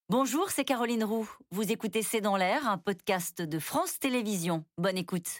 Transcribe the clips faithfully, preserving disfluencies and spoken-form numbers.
Bonjour, c'est Caroline Roux. Vous écoutez C'est dans l'air, un podcast de France Télévisions. Bonne écoute.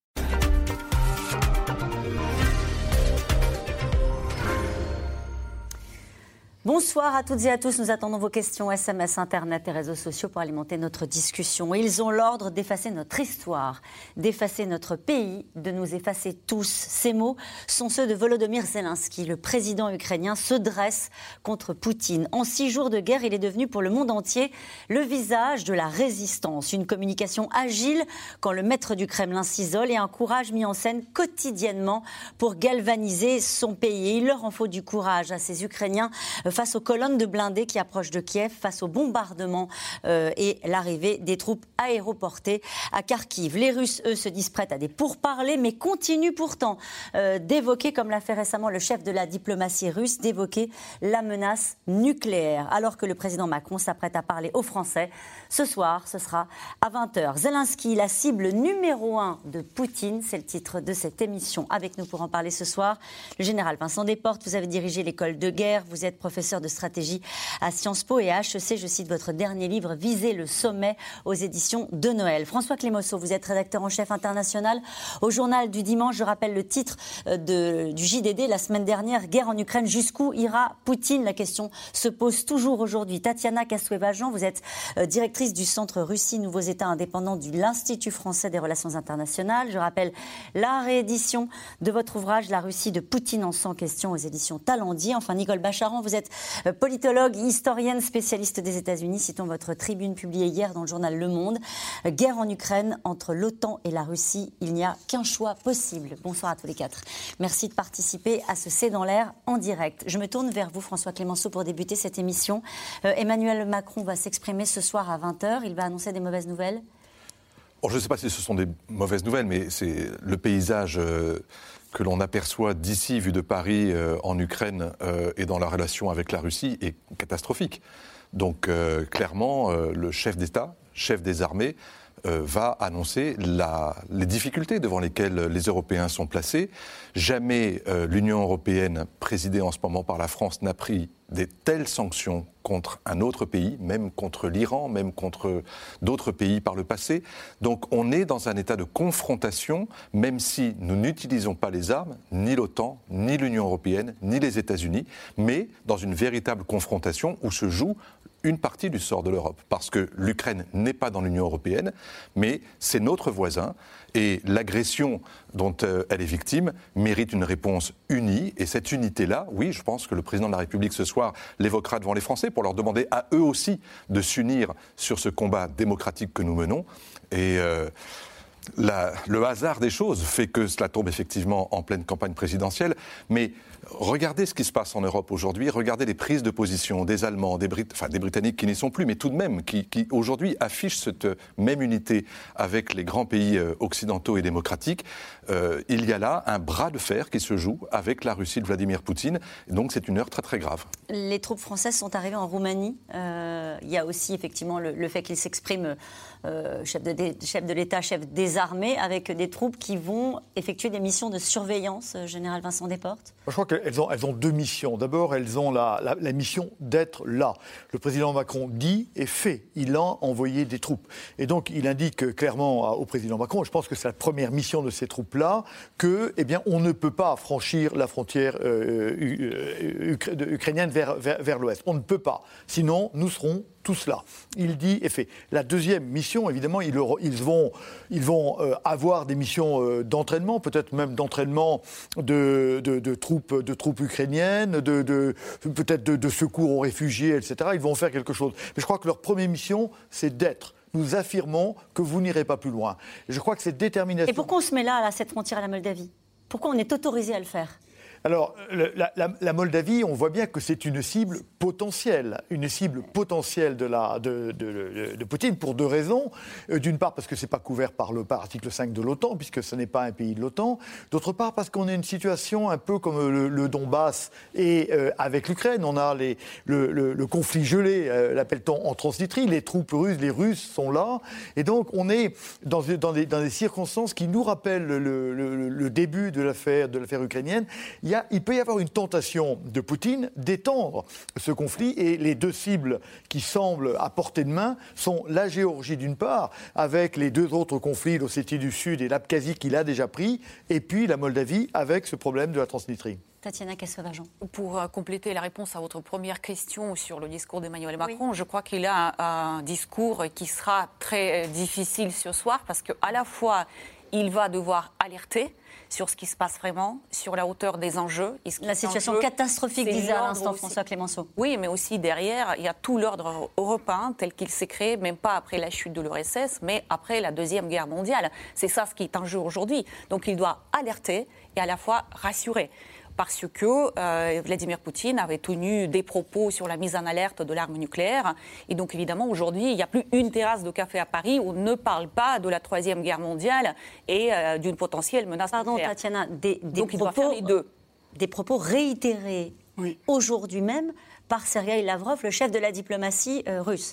Bonsoir à toutes et à tous. Nous attendons vos questions S M S, Internet et réseaux sociaux pour alimenter notre discussion. Ils ont l'ordre d'effacer notre histoire, d'effacer notre pays, de nous effacer tous. Ces mots sont ceux de Volodymyr Zelensky. Le président ukrainien se dresse contre Poutine. En six jours de guerre, il est devenu pour le monde entier le visage de la résistance. Une communication agile quand le maître du Kremlin s'isole et un courage mis en scène quotidiennement pour galvaniser son pays. Et il leur en faut du courage à ces Ukrainiens face aux colonnes de blindés qui approchent de Kiev, face aux bombardements euh, et l'arrivée des troupes aéroportées à Kharkiv. Les Russes, eux, se disent prêts à des pourparlers, mais continuent pourtant euh, d'évoquer, comme l'a fait récemment le chef de la diplomatie russe, d'évoquer la menace nucléaire. Alors que le président Macron s'apprête à parler aux Français, ce soir, ce sera à vingt heures. Zelensky, la cible numéro un de Poutine, c'est le titre de cette émission. Avec nous pour en parler ce soir, le général Vincent Desportes, vous avez dirigé l'école de guerre, vous êtes professeur de stratégie à Sciences Po et à H E C. Je cite votre dernier livre, Viser le sommet, aux éditions de Noël. François Clémosseau, vous êtes rédacteur en chef international au Journal du Dimanche. Je rappelle le titre de, du J D D la semaine dernière, Guerre en Ukraine, jusqu'où ira Poutine? La question se pose toujours aujourd'hui. Tatiana Kassoue-Vajan, vous êtes directrice du Centre Russie, Nouveaux États indépendants de l'Institut français des relations internationales. Je rappelle la réédition de votre ouvrage, La Russie de Poutine en cent questions, aux éditions Talendier. Enfin, Nicole Bacharan, vous êtes politologue, historienne, spécialiste des États-Unis. Citons votre tribune publiée hier dans le journal Le Monde. Guerre en Ukraine entre l'OTAN et la Russie. Il n'y a qu'un choix possible. Bonsoir à tous les quatre. Merci de participer à ce C'est dans l'air en direct. Je me tourne vers vous, François Clémenceau, pour débuter cette émission. Euh, Emmanuel Macron va s'exprimer ce soir à vingt heures. Il va annoncer des mauvaises nouvelles. Bon, je ne sais pas si ce sont des mauvaises nouvelles, mais c'est le paysage euh, que l'on aperçoit d'ici, vu de Paris, euh, en Ukraine euh, et dans la relation avec la Russie, est catastrophique. Donc, euh, clairement, euh, le chef d'État, chef des armées, euh, va annoncer la, les difficultés devant lesquelles les Européens sont placés. Jamais euh, l'Union européenne, présidée en ce moment par la France, n'a pris des telles sanctions contre un autre pays, même contre l'Iran, même contre d'autres pays par le passé. Donc on est dans un état de confrontation, même si nous n'utilisons pas les armes, ni l'OTAN, ni l'Union européenne, ni les États-Unis, mais dans une véritable confrontation où se joue une partie du sort de l'Europe. Parce que l'Ukraine n'est pas dans l'Union européenne, mais c'est notre voisin. Et l'agression dont euh, elle est victime mérite une réponse unie. Et cette unité-là, oui, je pense que le président de la République ce soir l'évoquera devant les Français pour leur demander à eux aussi de s'unir sur ce combat démocratique que nous menons. Et euh, la, le hasard des choses fait que cela tombe effectivement en pleine campagne présidentielle. Mais regardez ce qui se passe en Europe aujourd'hui, regardez les prises de position des Allemands, des, Brit- enfin, des Britanniques qui n'y sont plus, mais tout de même qui, qui aujourd'hui affichent cette même unité avec les grands pays occidentaux et démocratiques. Euh, il y a là un bras de fer qui se joue avec la Russie de Vladimir Poutine. Et donc c'est une heure très très grave. Les troupes françaises sont arrivées en Roumanie. Euh, il y a aussi effectivement le, le fait qu'ils s'expriment, euh, chef, de, des, chef de l'État, chef des armées, avec des troupes qui vont effectuer des missions de surveillance. Euh, général Vincent Desportes. Je crois qu'elles ont, elles ont deux missions. D'abord, elles ont la, la, la mission d'être là. Le président Macron dit et fait. Il a envoyé des troupes. Et donc, il indique clairement au président Macron, et je pense que c'est la première mission de ces troupes-là, que, eh bien, on ne peut pas franchir la frontière euh, ukra- ukrainienne vers, vers, vers l'ouest. On ne peut pas. Sinon, nous serons tout cela. Il dit et fait. La deuxième mission, évidemment, ils, ils vont, ils vont euh, avoir des missions euh, d'entraînement, peut-être même d'entraînement de, de, de, troupes, de troupes ukrainiennes, de, de, peut-être de, de secours aux réfugiés, et cetera. Ils vont faire quelque chose. Mais je crois que leur première mission, c'est d'être. Nous affirmons que vous n'irez pas plus loin. Et je crois que cette détermination... Et pourquoi on se met là, à cette frontière à la Moldavie? Pourquoi on est autorisé à le faire? Alors, la, la, la Moldavie, on voit bien que c'est une cible potentielle, une cible potentielle de, la, de, de, de Poutine pour deux raisons. Euh, d'une part, parce que ce n'est pas couvert par le par article cinq de l'OTAN, puisque ce n'est pas un pays de l'OTAN. D'autre part, parce qu'on a une situation un peu comme le, le Donbass et euh, avec l'Ukraine. On a les, le, le, le conflit gelé, euh, l'appelle-t-on en Transnistrie. Les troupes russes, les Russes sont là. Et donc, on est dans, dans, des, dans des circonstances qui nous rappellent le, le, le début de l'affaire, de l'affaire ukrainienne. il, y a, il peut y avoir une tentation de Poutine d'étendre ce conflit, et les deux cibles qui semblent à portée de main sont la Géorgie d'une part, avec les deux autres conflits, l'Ossétie du Sud et l'Abkhazie qu'il a déjà pris, et puis la Moldavie avec ce problème de la Transnistrie. Tatiana Castevarjan. Pour euh, compléter la réponse à votre première question sur le discours d'Emmanuel Macron, oui. je crois qu'il a un, un discours qui sera très euh, difficile ce soir, parce qu'à la fois, il va devoir alerter sur ce qui se passe vraiment, sur la hauteur des enjeux. La situation enjeux, catastrophique, disait à l'instant aussi. François Clémenceau. Oui, mais aussi derrière, il y a tout l'ordre européen tel qu'il s'est créé, même pas après la chute de l'U R S S, mais après la Deuxième Guerre mondiale. C'est ça ce qui est en jeu aujourd'hui. Donc il doit alerter et à la fois rassurer. Parce que euh, Vladimir Poutine avait tenu des propos sur la mise en alerte de l'arme nucléaire. Et donc, évidemment, aujourd'hui, il n'y a plus une terrasse de café à Paris où on ne parle pas de la Troisième Guerre mondiale et euh, d'une potentielle menace Pardon, nucléaire. Pardon, Tatiana, des, des, donc, propos, il doit faire les deux. Des propos réitérés oui. aujourd'hui même par Sergueï Lavrov, le chef de la diplomatie euh, russe.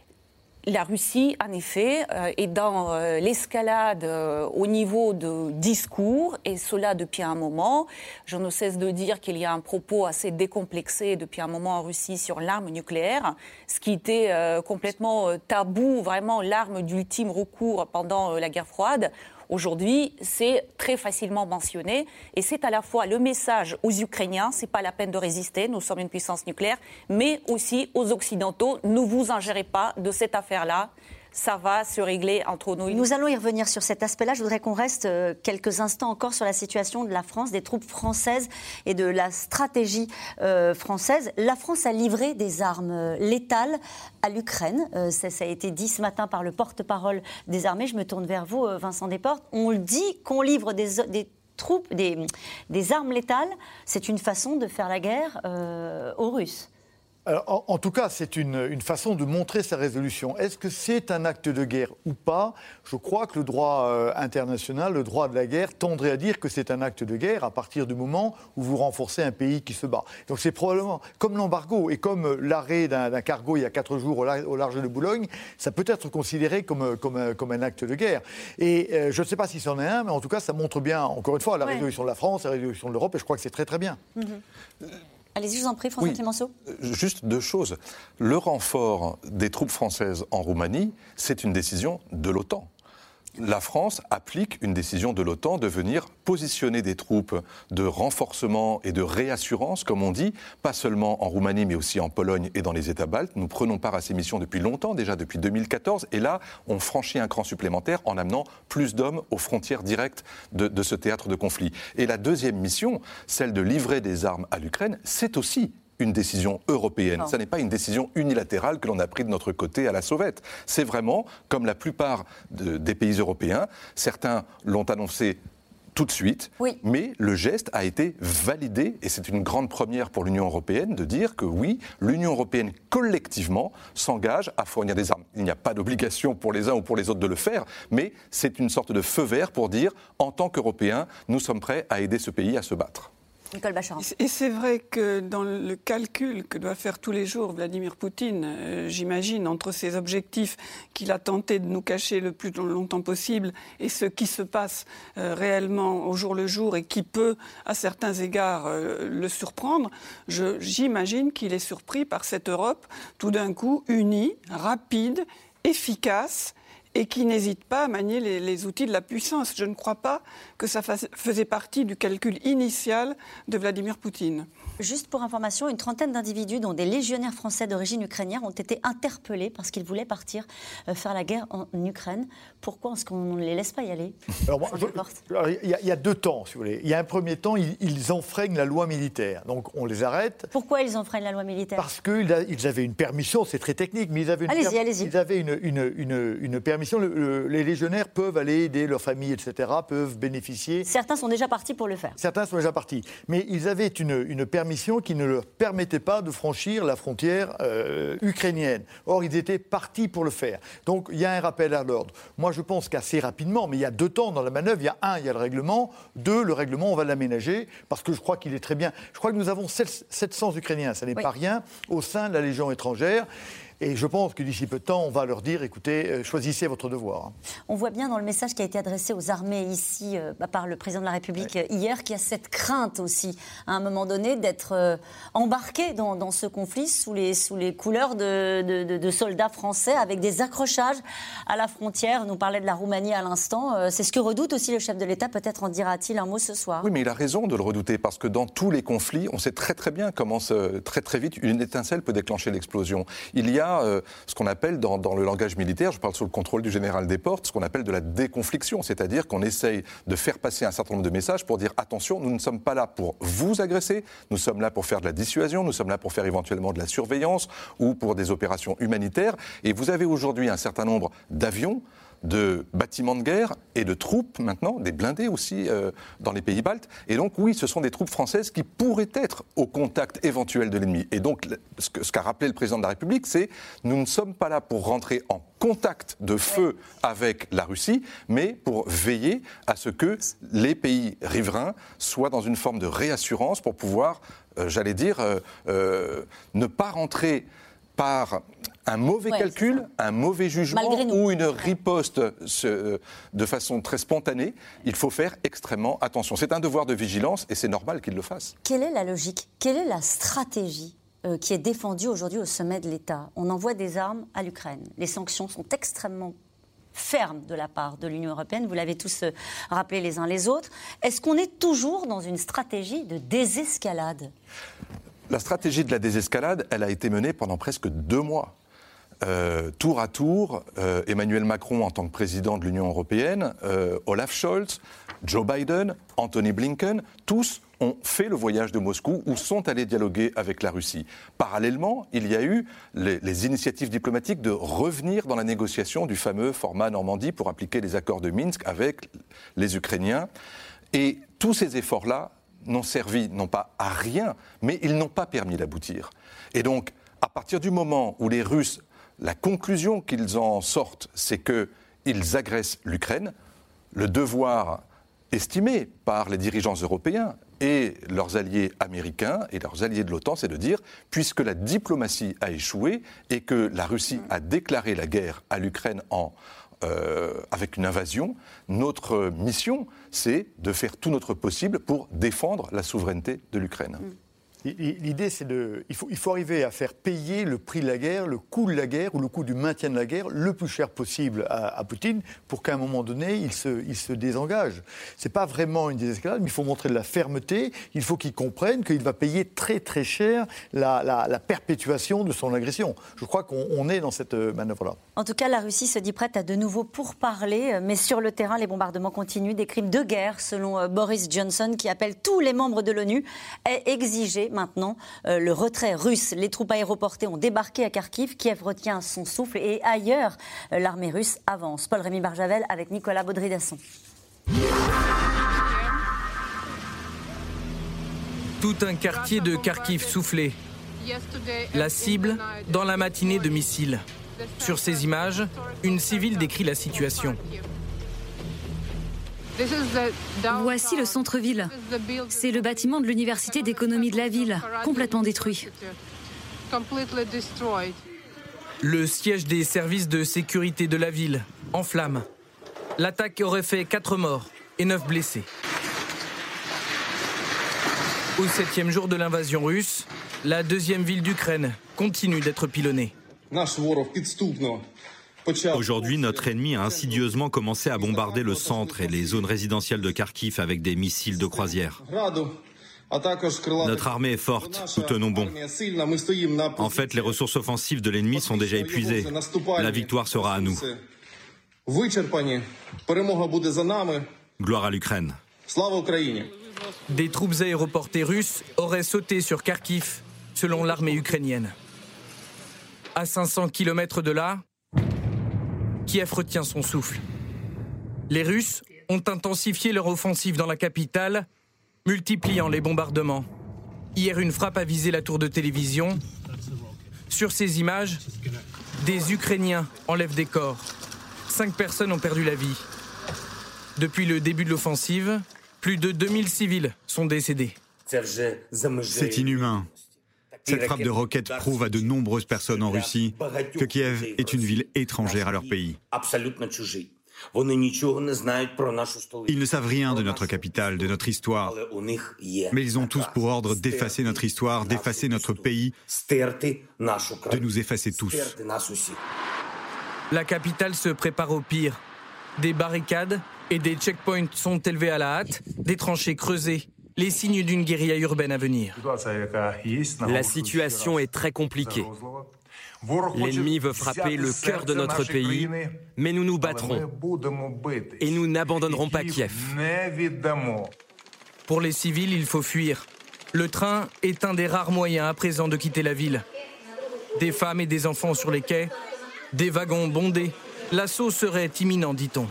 La Russie, en effet, euh, est dans euh, l'escalade euh, au niveau de discours, et cela depuis un moment. Je ne cesse de dire qu'il y a un propos assez décomplexé depuis un moment en Russie sur l'arme nucléaire, ce qui était euh, complètement euh, tabou, vraiment l'arme d'ultime recours pendant euh, la guerre froide. Aujourd'hui, c'est très facilement mentionné, et c'est à la fois le message aux Ukrainiens, c'est pas la peine de résister, nous sommes une puissance nucléaire, mais aussi aux Occidentaux, ne vous ingérez pas de cette affaire-là. Ça va se régler entre nous. Nous allons y revenir sur cet aspect-là. Je voudrais qu'on reste quelques instants encore sur la situation de la France, des troupes françaises et de la stratégie euh, française. La France a livré des armes létales à l'Ukraine. Euh, ça, ça a été dit ce matin par le porte-parole des armées. Je me tourne vers vous, Vincent Desportes. On le dit qu'on livre des, des troupes, des, des armes létales. C'est une façon de faire la guerre euh, aux Russes. Alors, en, en tout cas, c'est une, une façon de montrer sa résolution. Est-ce que c'est un acte de guerre ou pas ? Je crois que le droit euh, international, le droit de la guerre, tendrait à dire que c'est un acte de guerre à partir du moment où vous renforcez un pays qui se bat. Donc c'est probablement, comme l'embargo et comme l'arrêt d'un, d'un cargo il y a quatre jours au, lar- au large de Boulogne, ça peut être considéré comme, comme, un, comme un acte de guerre. Et euh, je ne sais pas si c'en est un, mais en tout cas, ça montre bien, encore une fois, la ouais. résolution de la France, la résolution de l'Europe, et je crois que c'est très très bien. Mmh. Allez-y, je vous en prie, François oui. Clémenceau. Juste deux choses. Le renfort des troupes françaises en Roumanie, c'est une décision de l'OTAN. La France applique une décision de l'OTAN de venir positionner des troupes de renforcement et de réassurance, comme on dit, pas seulement en Roumanie, mais aussi en Pologne et dans les États baltes. Nous prenons part à ces missions depuis longtemps, déjà depuis deux mille quatorze, et là, on franchit un cran supplémentaire en amenant plus d'hommes aux frontières directes de, de ce théâtre de conflit. Et la deuxième mission, celle de livrer des armes à l'Ukraine, c'est aussi une décision européenne. Ce n'est pas une décision unilatérale que l'on a prise de notre côté à la sauvette. C'est vraiment, comme la plupart de, des pays européens, certains l'ont annoncé tout de suite, oui. mais le geste a été validé, et c'est une grande première pour l'Union européenne de dire que oui, l'Union européenne collectivement s'engage à fournir des armes. Il n'y a pas d'obligation pour les uns ou pour les autres de le faire, mais c'est une sorte de feu vert pour dire, en tant qu'Européens, nous sommes prêts à aider ce pays à se battre. Nicole Bacharach. Et c'est vrai que dans le calcul que doit faire tous les jours Vladimir Poutine, euh, j'imagine, entre ses objectifs qu'il a tenté de nous cacher le plus longtemps possible et ce qui se passe euh, réellement au jour le jour et qui peut, à certains égards, euh, le surprendre, je, j'imagine qu'il est surpris par cette Europe tout d'un coup unie, rapide, efficace, et qui n'hésite pas à manier les, les outils de la puissance. Je ne crois pas que ça faisait partie du calcul initial de Vladimir Poutine. Juste pour information, une trentaine d'individus, dont des légionnaires français d'origine ukrainienne, ont été interpellés parce qu'ils voulaient partir euh, faire la guerre en Ukraine. Pourquoi est-ce qu'on ne les laisse pas y aller ? Alors, moi, je, alors, il, y a, il y a deux temps, si vous voulez. Il y a un premier temps, ils, ils enfreignent la loi militaire. Donc on les arrête. Pourquoi ils enfreignent la loi militaire ? Parce qu'ils ils avaient une permission, c'est très technique, mais ils avaient une, allez-y, per- allez-y. Ils avaient une, une, une, une permission. Le, le, les légionnaires peuvent aller aider leur famille, et cetera, peuvent bénéficier. Certains sont déjà partis pour le faire. Certains sont déjà partis. Mais ils avaient une, une permission qui ne leur permettait pas de franchir la frontière euh, ukrainienne. Or, ils étaient partis pour le faire. Donc, il y a un rappel à l'ordre. Moi, je pense qu'assez rapidement, mais il y a deux temps dans la manœuvre. Il y a un, il y a le règlement. Deux, le règlement, on va l'aménager parce que je crois qu'il est très bien. Je crois que nous avons sept cents Ukrainiens, ça n'est oui. pas rien, au sein de la Légion étrangère. Et je pense que d'ici peu de temps, on va leur dire, écoutez, euh, choisissez votre devoir. On voit bien dans le message qui a été adressé aux armées ici euh, par le président de la République ouais. hier qu'il y a cette crainte aussi, à un moment donné, d'être euh, embarqué dans, dans ce conflit sous les, sous les couleurs de, de, de, de soldats français avec des accrochages à la frontière. On nous parlait de la Roumanie à l'instant. Euh, c'est ce que redoute aussi le chef de l'État. Peut-être en dira-t-il un mot ce soir. Oui, mais il a raison de le redouter parce que dans tous les conflits, on sait très très bien comment ce, très très vite une étincelle peut déclencher l'explosion. Il y a euh, ce qu'on appelle dans, dans le langage militaire, je parle sous le contrôle du général Desportes, ce qu'on appelle de la déconfliction, c'est-à-dire qu'on essaye de faire passer un certain nombre de messages pour dire attention, nous ne sommes pas là pour vous agresser, nous sommes là pour faire de la dissuasion, nous sommes là pour faire éventuellement de la surveillance ou pour des opérations humanitaires. Et vous avez aujourd'hui un certain nombre d'avions, de bâtiments de guerre et de troupes maintenant, des blindés aussi euh, dans les pays baltes. Et donc oui, ce sont des troupes françaises qui pourraient être au contact éventuel de l'ennemi. Et donc ce, que, ce qu'a rappelé le président de la République, c'est nous ne sommes pas là pour rentrer en contact de feu avec la Russie, mais pour veiller à ce que les pays riverains soient dans une forme de réassurance pour pouvoir, euh, j'allais dire, euh, euh, ne pas rentrer par un mauvais ouais, calcul, un mauvais jugement ou une riposte ce, de façon très spontanée, il faut faire extrêmement attention. C'est un devoir de vigilance et c'est normal qu'il le fasse. Quelle est la logique ? Quelle est la stratégie euh, qui est défendue aujourd'hui au sommet de l'État ? On envoie des armes à l'Ukraine. Les sanctions sont extrêmement fermes de la part de l'Union européenne. Vous l'avez tous euh, rappelé les uns les autres. Est-ce qu'on est toujours dans une stratégie de désescalade ? La stratégie de la désescalade, elle a été menée pendant presque deux mois. Euh, tour à tour, euh, Emmanuel Macron en tant que président de l'Union européenne, euh, Olaf Scholz, Joe Biden, Anthony Blinken, tous ont fait le voyage de Moscou ou sont allés dialoguer avec la Russie. Parallèlement, il y a eu les, les initiatives diplomatiques de revenir dans la négociation du fameux format Normandie pour appliquer les accords de Minsk avec les Ukrainiens. Et tous ces efforts-là n'ont servi, non pas à rien, mais ils n'ont pas permis d'aboutir. Et donc, à partir du moment où les Russes, la conclusion qu'ils en sortent, c'est qu'ils agressent l'Ukraine, le devoir estimé par les dirigeants européens et leurs alliés américains et leurs alliés de l'OTAN, c'est de dire, puisque la diplomatie a échoué et que la Russie a déclaré la guerre à l'Ukraine en Euh, avec une invasion, notre mission, c'est de faire tout notre possible pour défendre la souveraineté de l'Ukraine. L'idée, c'est de, il faut, il faut arriver à faire payer le prix de la guerre, le coût de la guerre ou le coût du maintien de la guerre le plus cher possible à, à Poutine pour qu'à un moment donné, il se, il se désengage. C'est pas vraiment une désescalade, mais il faut montrer de la fermeté. Il faut qu'il comprenne qu'il va payer très très cher la, la, la perpétuation de son agression. Je crois qu'on on est dans cette manœuvre-là. En tout cas, la Russie se dit prête à de nouveau pourparler, mais sur le terrain, les bombardements continuent, des crimes de guerre, selon Boris Johnson, qui appelle tous les membres de l'ONU à exiger maintenant euh, le retrait russe. Les troupes aéroportées ont débarqué à Kharkiv. Kiev retient son souffle et ailleurs, euh, l'armée russe avance. Paul-Rémy Barjavel avec Nicolas Baudry-Dasson. Tout un quartier de Kharkiv soufflé. La cible dans la matinée de missiles. Sur ces images, une civile décrit la situation. Voici le centre-ville. C'est le bâtiment de l'université d'économie de la ville, complètement détruit. Le siège des services de sécurité de la ville, en flammes. L'attaque aurait fait quatre morts et neuf blessés. Au septième jour de l'invasion russe, la deuxième ville d'Ukraine continue d'être pilonnée. Aujourd'hui, notre ennemi a insidieusement commencé à bombarder le centre et les zones résidentielles de Kharkiv avec des missiles de croisière. Notre armée est forte, nous tenons bon. En fait, les ressources offensives de l'ennemi sont déjà épuisées. La victoire sera à nous. Gloire à l'Ukraine. Des troupes aéroportées russes auraient sauté sur Kharkiv, selon l'armée ukrainienne. À cinq cents kilomètres de là, Kiev retient son souffle. Les Russes ont intensifié leur offensive dans la capitale, multipliant les bombardements. Hier, une frappe a visé la tour de télévision. Sur ces images, des Ukrainiens enlèvent des corps. Cinq personnes ont perdu la vie. Depuis le début de l'offensive, plus de deux mille civils sont décédés. C'est inhumain. Cette frappe de roquettes prouve à de nombreuses personnes en Russie que Kiev est une ville étrangère à leur pays. Ils ne savent rien de notre capitale, de notre histoire, mais ils ont tous pour ordre d'effacer notre histoire, d'effacer notre pays, de nous effacer tous. La capitale se prépare au pire. Des barricades et des checkpoints sont élevés à la hâte, des tranchées creusées, les signes d'une guérilla urbaine à venir. La situation est très compliquée. L'ennemi veut frapper le cœur de notre pays, mais nous nous battrons. Et nous n'abandonnerons pas Kiev. Pour les civils, il faut fuir. Le train est un des rares moyens à présent de quitter la ville. Des femmes et des enfants sur les quais, des wagons bondés. L'assaut serait imminent, dit-on.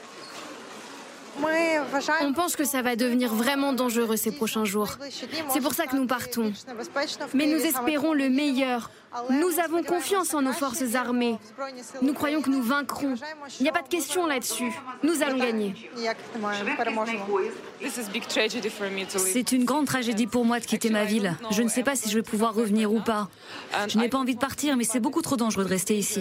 On pense que ça va devenir vraiment dangereux ces prochains jours. C'est pour ça que nous partons. Mais nous espérons le meilleur. Nous avons confiance en nos forces armées. Nous croyons que nous vaincrons. Il n'y a pas de question là-dessus. Nous allons gagner. C'est une grande tragédie pour moi de quitter ma ville. Je ne sais pas si je vais pouvoir revenir ou pas. Je n'ai pas envie de partir, mais c'est beaucoup trop dangereux de rester ici.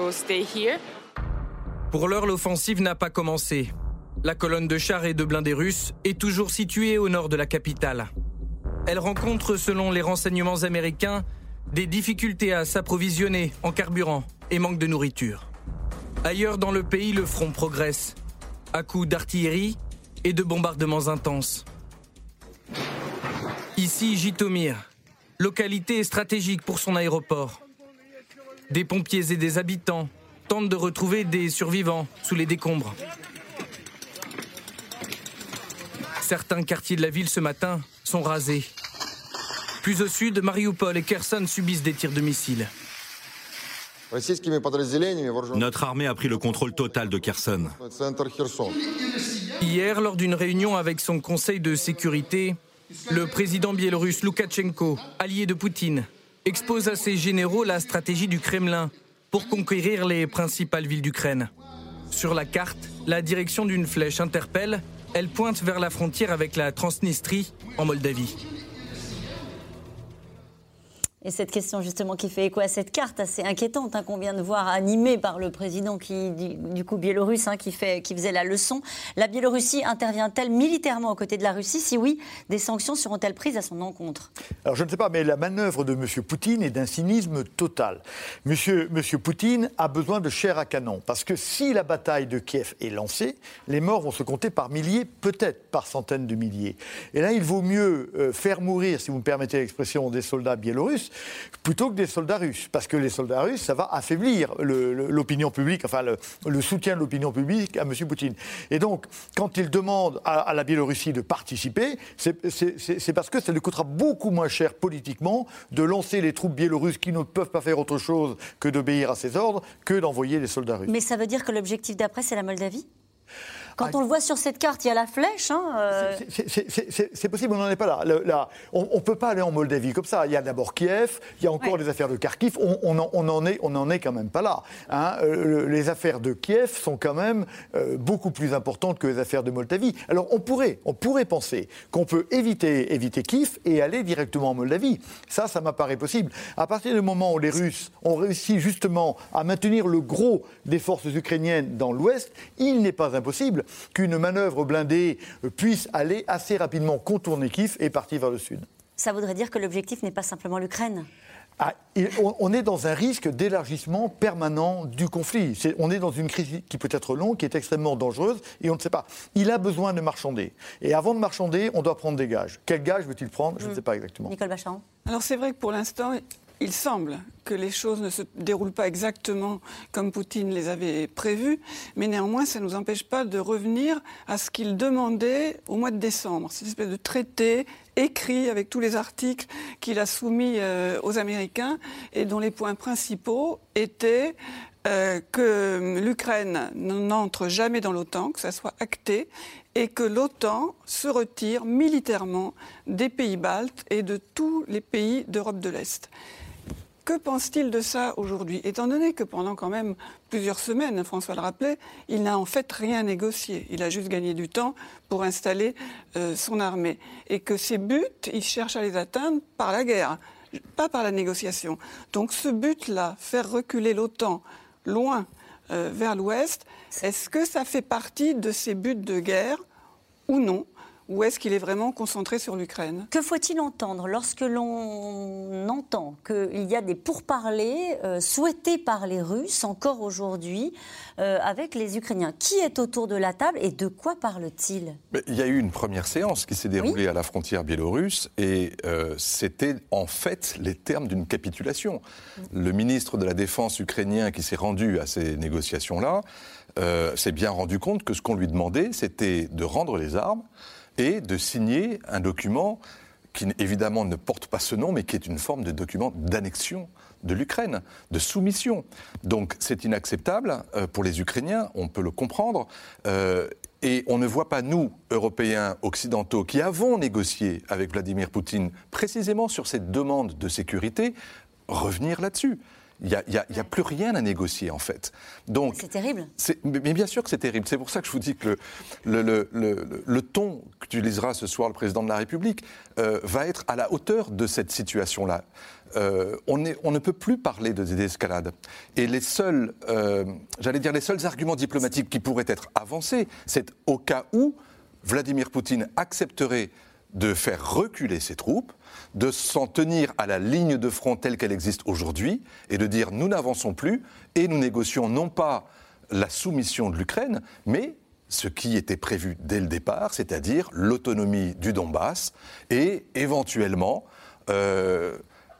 Pour l'heure, l'offensive n'a pas commencé. La colonne de chars et de blindés russes est toujours située au nord de la capitale. Elle rencontre, selon les renseignements américains, des difficultés à s'approvisionner en carburant et manque de nourriture. Ailleurs dans le pays, le front progresse, à coups d'artillerie et de bombardements intenses. Ici, Jitomir, localité stratégique pour son aéroport. Des pompiers et des habitants tentent de retrouver des survivants sous les décombres. Certains quartiers de la ville ce matin sont rasés. Plus au sud, Mariupol et Kherson subissent des tirs de missiles. Notre armée a pris le contrôle total de Kherson. Hier, lors d'une réunion avec son conseil de sécurité, le président biélorusse Loukachenko, allié de Poutine, expose à ses généraux la stratégie du Kremlin pour conquérir les principales villes d'Ukraine. Sur la carte, la direction d'une flèche interpelle. Elle pointe vers la frontière avec la Transnistrie, en Moldavie. Et cette question justement qui fait écho à cette carte assez inquiétante hein, qu'on vient de voir animée par le président qui, du, du coup biélorusse hein, qui, fait, qui faisait la leçon. La Biélorussie intervient-elle militairement aux côtés de la Russie? Si oui, des sanctions seront-elles prises à son encontre? Alors je ne sais pas, mais la manœuvre de M. Poutine est d'un cynisme total. Monsieur, Monsieur Poutine a besoin de chair à canon, parce que si la bataille de Kiev est lancée, les morts vont se compter par milliers, peut-être par centaines de milliers. Et là, il vaut mieux euh, faire mourir, si vous me permettez l'expression, des soldats biélorusses, plutôt que des soldats russes. Parce que les soldats russes, ça va affaiblir le, le, l'opinion publique, enfin le, le soutien de l'opinion publique à M. Poutine. Et donc, quand il demande à, à la Biélorussie de participer, c'est, c'est, c'est, c'est parce que ça lui coûtera beaucoup moins cher politiquement de lancer les troupes biélorusses qui ne peuvent pas faire autre chose que d'obéir à ses ordres, que d'envoyer les soldats russes. Mais ça veut dire que l'objectif d'après, c'est la Moldavie ? Quand on le voit sur cette carte, il y a la flèche. Hein, euh... c'est, c'est, c'est, c'est, c'est possible, on n'en est pas là. Le, là on ne peut pas aller en Moldavie comme ça. Il y a d'abord Kiev, il y a encore ouais. les affaires de Kharkiv. On, on, en, on, en est, on en est quand même pas là. Hein. Euh, les affaires de Kiev sont quand même euh, beaucoup plus importantes que les affaires de Moldavie. Alors on pourrait, on pourrait penser qu'on peut éviter, éviter Kiev et aller directement en Moldavie. Ça, ça m'apparaît possible. À partir du moment où les Russes ont réussi justement à maintenir le gros des forces ukrainiennes dans l'Ouest, il n'est pas impossible qu'une manœuvre blindée puisse aller assez rapidement contourner Kiev et partir vers le sud. Ça voudrait dire que l'objectif n'est pas simplement l'Ukraine ? Ah, on est dans un risque d'élargissement permanent du conflit. C'est, on est dans une crise qui peut être longue, qui est extrêmement dangereuse, et on ne sait pas. Il a besoin de marchander. Et avant de marchander, on doit prendre des gages. Quels gages veut-il prendre ? Je mmh. ne sais pas exactement. Nicole Bacharan. Alors c'est vrai que pour l'instant, il semble que les choses ne se déroulent pas exactement comme Poutine les avait prévues, mais néanmoins, ça ne nous empêche pas de revenir à ce qu'il demandait au mois de décembre. Cette espèce de traité écrit avec tous les articles qu'il a soumis euh, aux Américains et dont les points principaux étaient euh, que l'Ukraine n'entre jamais dans l'OTAN, que ça soit acté, et que l'OTAN se retire militairement des pays baltes et de tous les pays d'Europe de l'Est. Que pense-t-il de ça aujourd'hui ? Étant donné que pendant quand même plusieurs semaines, François le rappelait, il n'a en fait rien négocié. Il a juste gagné du temps pour installer euh, son armée. Et que ses buts, il cherche à les atteindre par la guerre. pas par la négociation. Donc ce but-là, faire reculer l'OTAN loin euh, vers l'ouest, est-ce que ça fait partie de ces buts de guerre ou non ? Ou est-ce qu'il est vraiment concentré sur l'Ukraine ? Que faut-il entendre lorsque l'on entend qu'il y a des pourparlers euh, souhaités par les Russes, encore aujourd'hui, euh, avec les Ukrainiens ? Qui est autour de la table et de quoi parle-t-il ? Il y a eu une première séance qui s'est déroulée oui. à la frontière biélorusse et euh, c'était en fait les termes d'une capitulation. Mmh. Le ministre de la Défense ukrainien qui s'est rendu à ces négociations-là euh, s'est bien rendu compte que ce qu'on lui demandait, c'était de rendre les armes et de signer un document qui, évidemment, ne porte pas ce nom, mais qui est une forme de document d'annexion de l'Ukraine, de soumission. Donc c'est inacceptable euh, pour les Ukrainiens, on peut le comprendre, euh, et on ne voit pas, nous, Européens, Occidentaux, qui avons négocié avec Vladimir Poutine précisément sur cette demande de sécurité, revenir là-dessus. Il n'y a, a, a plus rien à négocier, en fait. Donc, c'est terrible. C'est, mais bien sûr que c'est terrible. C'est pour ça que je vous dis que le, le, le, le, le ton qu'utilisera ce soir le président de la République euh, va être à la hauteur de cette situation-là. Euh, on, est, on ne peut plus parler de désescalade. Et les seuls, euh, j'allais dire, les seuls arguments diplomatiques qui pourraient être avancés, c'est au cas où Vladimir Poutine accepterait de faire reculer ses troupes, de s'en tenir à la ligne de front telle qu'elle existe aujourd'hui et de dire nous n'avançons plus et nous négocions non pas la soumission de l'Ukraine, mais ce qui était prévu dès le départ, c'est-à-dire l'autonomie du Donbass et éventuellement euh,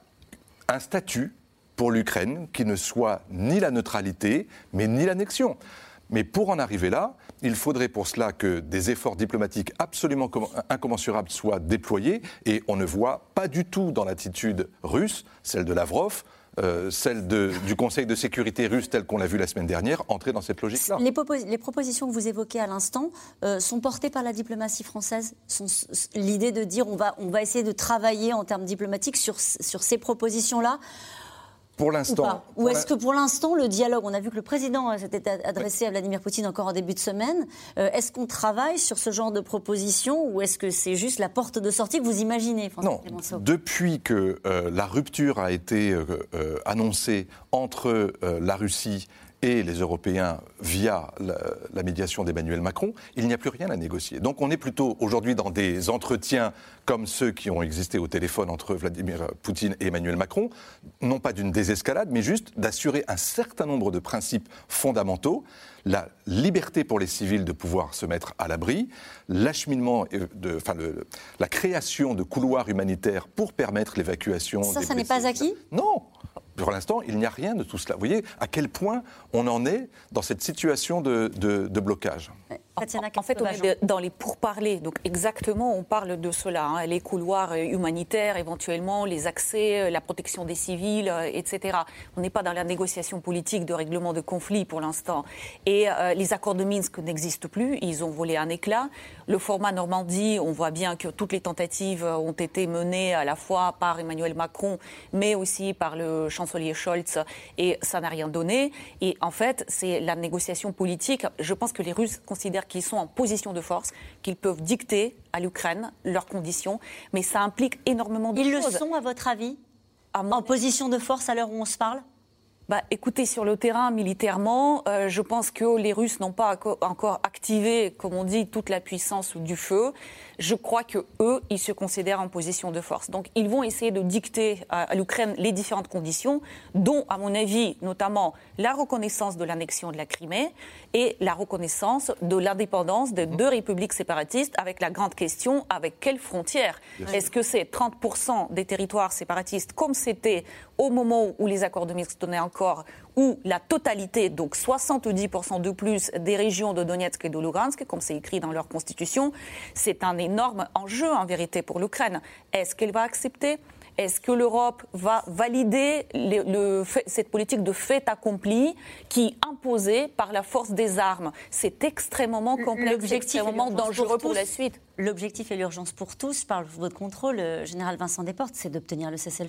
un statut pour l'Ukraine qui ne soit ni la neutralité, mais ni l'annexion. Mais pour en arriver là, il faudrait pour cela que des efforts diplomatiques absolument incommensurables soient déployés et on ne voit pas du tout dans l'attitude russe, celle de Lavrov, euh, celle de, du Conseil de sécurité russe tel qu'on l'a vu la semaine dernière, entrer dans cette logique-là. Les, propos- les propositions que vous évoquez à l'instant euh, sont portées par la diplomatie française, sont, l'idée de dire on va, on va essayer de travailler en termes diplomatiques sur, sur ces propositions-là. Pour l'instant. Ou, ou est-ce que pour l'instant, le dialogue, on a vu que le président s'était adressé à Vladimir Poutine encore en début de semaine, euh, est-ce qu'on travaille sur ce genre de propositions ou est-ce que c'est juste la porte de sortie que vous imaginez, François Non, Clemenceau ? Depuis que euh, la rupture a été euh, euh, annoncée entre euh, la Russie et les Européens via la, la médiation d'Emmanuel Macron, il n'y a plus rien à négocier. Donc on est plutôt aujourd'hui dans des entretiens comme ceux qui ont existé au téléphone entre Vladimir Poutine et Emmanuel Macron, non pas d'une désescalade, mais juste d'assurer un certain nombre de principes fondamentaux, la liberté pour les civils de pouvoir se mettre à l'abri, l'acheminement, de, enfin le, la création de couloirs humanitaires pour permettre l'évacuation. Ça, des ça n'est pas acquis ? Non. Pour l'instant, il n'y a rien de tout cela. Vous voyez à quel point on en est dans cette situation de, de, de blocage. En, en fait, on est dans les pourparlers. Donc exactement, on parle de cela. Hein, les couloirs humanitaires, éventuellement, les accès, la protection des civils, et cetera. On n'est pas dans la négociation politique de règlement de conflits pour l'instant. Et euh, les accords de Minsk n'existent plus. Ils ont volé un éclat. Le format Normandie, on voit bien que toutes les tentatives ont été menées à la fois par Emmanuel Macron, mais aussi par le chancelier Scholz, et ça n'a rien donné. Et en fait, c'est la négociation politique. Je pense que les Russes considèrent qu'ils sont en position de force, qu'ils peuvent dicter à l'Ukraine leurs conditions, mais ça implique énormément de Ils choses. Ils le sont, à votre avis, en position de force à l'heure où on se parle ? Bah, écoutez, sur le terrain, militairement, euh, je pense que les Russes n'ont pas encore activé, comme on dit, toute la puissance du feu. Je crois qu'eux, ils se considèrent en position de force. Donc, ils vont essayer de dicter à, à l'Ukraine les différentes conditions, dont, à mon avis, notamment la reconnaissance de l'annexion de la Crimée et la reconnaissance de l'indépendance des deux républiques séparatistes, avec la grande question, avec quelles frontières ? Est-ce que c'est trente pour cent des territoires séparatistes, comme c'était au moment où les accords de Minsk donnaient encore, ou la totalité, donc soixante-dix pour cent de plus des régions de Donetsk et de Lugansk, comme c'est écrit dans leur constitution, c'est un énorme enjeu en vérité pour l'Ukraine. Est-ce qu'elle va accepter ? Est-ce que l'Europe va valider le, le fait, cette politique de fait accompli qui est imposée par la force des armes ? C'est extrêmement complexe, extrêmement dangereux pour, pour la suite. L'objectif et l'urgence pour tous, par votre contrôle, le général Vincent Desportes, c'est d'obtenir le cessez-le-feu.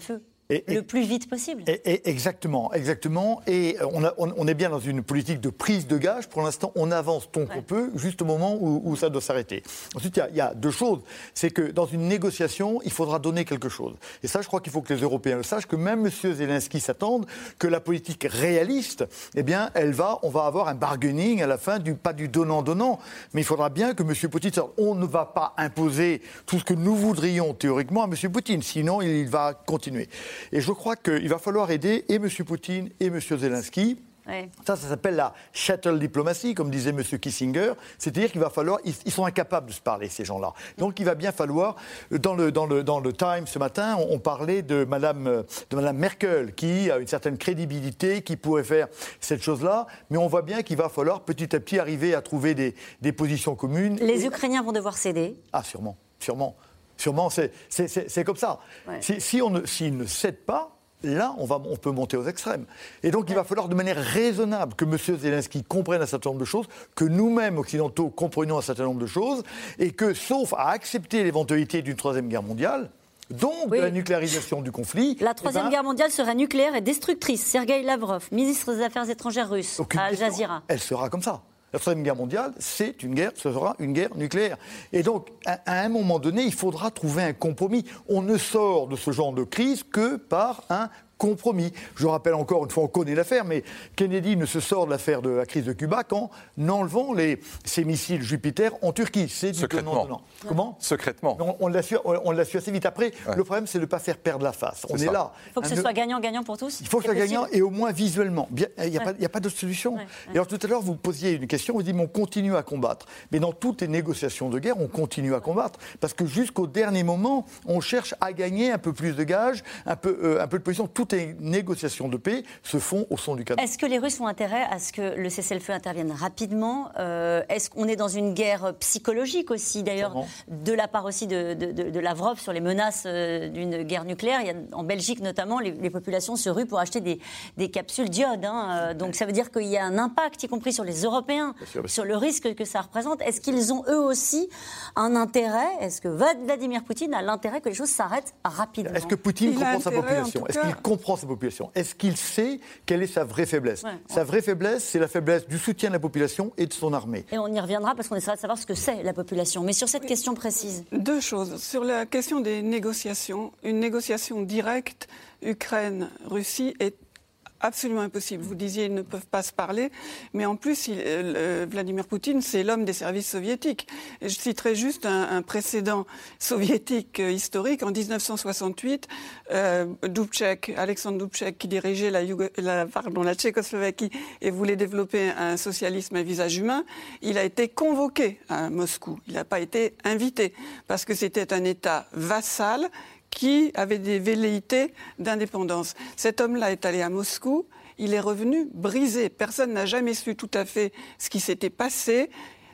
Et, le et, plus vite possible. Et, et exactement, exactement. Et on, a, on, on est bien dans une politique de prise de gage. Pour l'instant, on avance tant qu'on ouais. peut, juste au moment où, où ça doit s'arrêter. Ensuite, il y, y a deux choses. C'est que dans une négociation, il faudra donner quelque chose. Et ça, je crois qu'il faut que les Européens le sachent, que même M. Zelensky s'attende que la politique réaliste, eh bien, elle va, on va avoir un bargaining à la fin, du, pas du donnant-donnant. Mais il faudra bien que M. Poutine sorte. On ne va pas imposer tout ce que nous voudrions théoriquement à M. Poutine. Sinon, il va continuer. Et je crois qu'il va falloir aider et M. Poutine et M. Zelensky. Ouais. Ça, ça s'appelle la shuttle diplomatie, comme disait M. Kissinger. C'est-à-dire qu'il va falloir... Ils, ils sont incapables de se parler, ces gens-là. Donc, il va bien falloir... Dans le, dans le, dans le Times, ce matin, on, on parlait de Mme, de Mme Merkel, qui a une certaine crédibilité, qui pourrait faire cette chose-là. Mais on voit bien qu'il va falloir petit à petit arriver à trouver des, des positions communes. Les et... Ukrainiens vont devoir céder. Ah, sûrement, sûrement. Sûrement, c'est, c'est, c'est, c'est comme ça. Ouais. Si, si on ne, s'ils ne cèdent pas, là, on, va, on peut monter aux extrêmes. Et donc, ouais. il va falloir de manière raisonnable que M. Zelensky comprenne un certain nombre de choses, que nous-mêmes, occidentaux, comprenions un certain nombre de choses, et que, sauf à accepter l'éventualité d'une troisième guerre mondiale, donc oui. de la nucléarisation du conflit... La troisième eh ben, guerre mondiale serait nucléaire et destructrice. Sergueï Lavrov, ministre des Affaires étrangères russe, à Al Jazeera. Elle sera comme ça. La troisième guerre mondiale, c'est une guerre, ce sera une guerre nucléaire. Et donc, à, à un moment donné, il faudra trouver un compromis. On ne sort de ce genre de crise que par un compromis. Je rappelle encore une fois, on connaît l'affaire, mais Kennedy ne se sort de l'affaire de la crise de Cuba qu'en enlevant les, ces missiles Jupiter en Turquie. C'est du Secrètement. Comment Secrètement. On, on, l'a su, on, on l'a su assez vite. Après, ouais. le problème, c'est de ne pas faire perdre la face. On c'est est là. Il faut que ce ne... soit gagnant-gagnant pour tous. Il faut que ce soit gagnant et au moins visuellement. Il n'y a, ouais. a pas d'autre solution. Ouais. Ouais. Et alors tout à l'heure, vous posiez une question, vous dites, mais on continue à combattre. Mais dans toutes les négociations de guerre, on continue à combattre. Parce que jusqu'au dernier moment, on cherche à gagner un peu plus de gages, un peu, euh, un peu de position. Tout est négociation de paix se font au son du canon. Est-ce que les Russes ont intérêt à ce que le cessez-le-feu intervienne rapidement ? euh, Est-ce qu'on est dans une guerre psychologique aussi, d'ailleurs, Comment de la part aussi de, de, de, de Lavrov sur les menaces euh, d'une guerre nucléaire. Il y a, en Belgique notamment, les, les populations se ruent pour acheter des, des capsules d'iode. Hein, euh, donc ça veut dire qu'il y a un impact, y compris sur les Européens, bien sûr, bien sûr. sur le risque que ça représente. Est-ce qu'ils ont eux aussi un intérêt ? Est-ce que Vladimir Poutine a l'intérêt que les choses s'arrêtent rapidement ? Est-ce que Poutine Il comprend sa population ? Est-ce qu'il comprend sa population ? Est-ce qu'il sait quelle est sa vraie faiblesse ? ouais, Sa vraie faiblesse, c'est la faiblesse du soutien de la population et de son armée. Et on y reviendra parce qu'on essaiera de savoir ce que c'est la population. Mais sur cette oui. question précise. Deux choses. Sur la question des négociations, une négociation directe Ukraine-Russie est absolument impossible. Vous disiez ils ne peuvent pas se parler, mais en plus, il, euh, Vladimir Poutine, c'est l'homme des services soviétiques. Et je citerai juste un, un précédent soviétique euh, historique. En dix-neuf cent soixante-huit, euh, Dubček, Alexandre Dubček, qui dirigeait la, Yougo- la, pardon, la Tchécoslovaquie et voulait développer un socialisme à visage humain, il a été convoqué à Moscou. Il n'a pas été invité, parce que c'était un État vassal qui avait des velléités d'indépendance. Cet homme-là est allé à Moscou, il est revenu brisé. Personne n'a jamais su tout à fait ce qui s'était passé.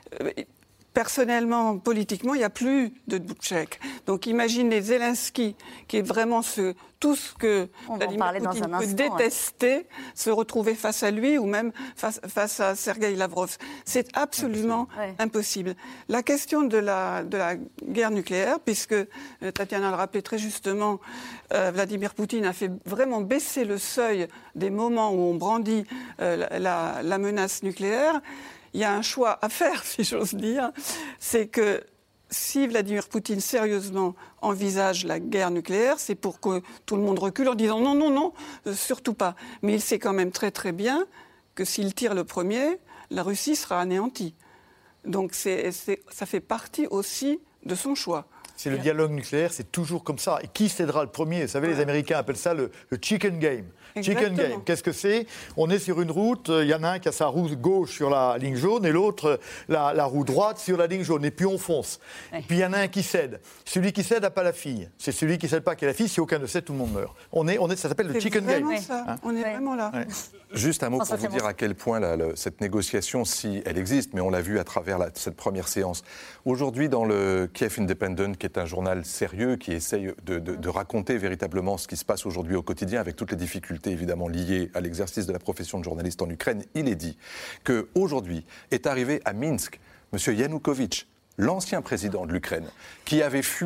Personnellement, politiquement, il n'y a plus de Dubček. Donc imaginez Zelensky, qui est vraiment ce, tout ce que Vladimir Poutine peut instant, détester, ouais. se retrouver face à lui ou même face, face à Sergueï Lavrov. C'est absolument ouais. impossible. La question de la, de la guerre nucléaire, puisque euh, Tatiana le rappelait très justement, euh, Vladimir Poutine a fait vraiment baisser le seuil des moments où on brandit euh, la, la menace nucléaire. Il y a un choix à faire, si j'ose dire, c'est que si Vladimir Poutine sérieusement envisage la guerre nucléaire, c'est pour que tout le monde recule en disant non, non, non, euh, surtout pas. Mais il sait quand même très très bien que s'il tire le premier, la Russie sera anéantie. Donc c'est, c'est, ça fait partie aussi de son choix. C'est le dialogue nucléaire, c'est toujours comme ça. Et qui cédera le premier ? Vous savez, ouais. les Américains appellent ça le, le chicken game. Exactement. Chicken game, qu'est-ce que c'est ? On est sur une route, il y en a un qui a sa roue gauche sur la ligne jaune et l'autre la, la roue droite sur la ligne jaune. Et puis on fonce. Ouais. Et puis il y en a un qui cède. Celui qui cède n'a pas la fille. C'est celui qui ne cède pas qui a la fille. Si aucun ne cède, tout le monde meurt. On est, on est, ça s'appelle le c'est chicken game. Ça. Hein ? On est ouais. vraiment là. Ouais. Juste un mot pour vous dire à quel point la, la, cette négociation, si elle existe, mais on l'a vu à travers la, cette première séance. Aujourd'hui, dans le Kiev Independent, qui est un journal sérieux, qui essaye de, de, de raconter véritablement ce qui se passe aujourd'hui au quotidien, avec toutes les difficultés évidemment liées à l'exercice de la profession de journaliste en Ukraine, il est dit qu'aujourd'hui est arrivé à Minsk M. Yanukovych, l'ancien président de l'Ukraine, qui avait fui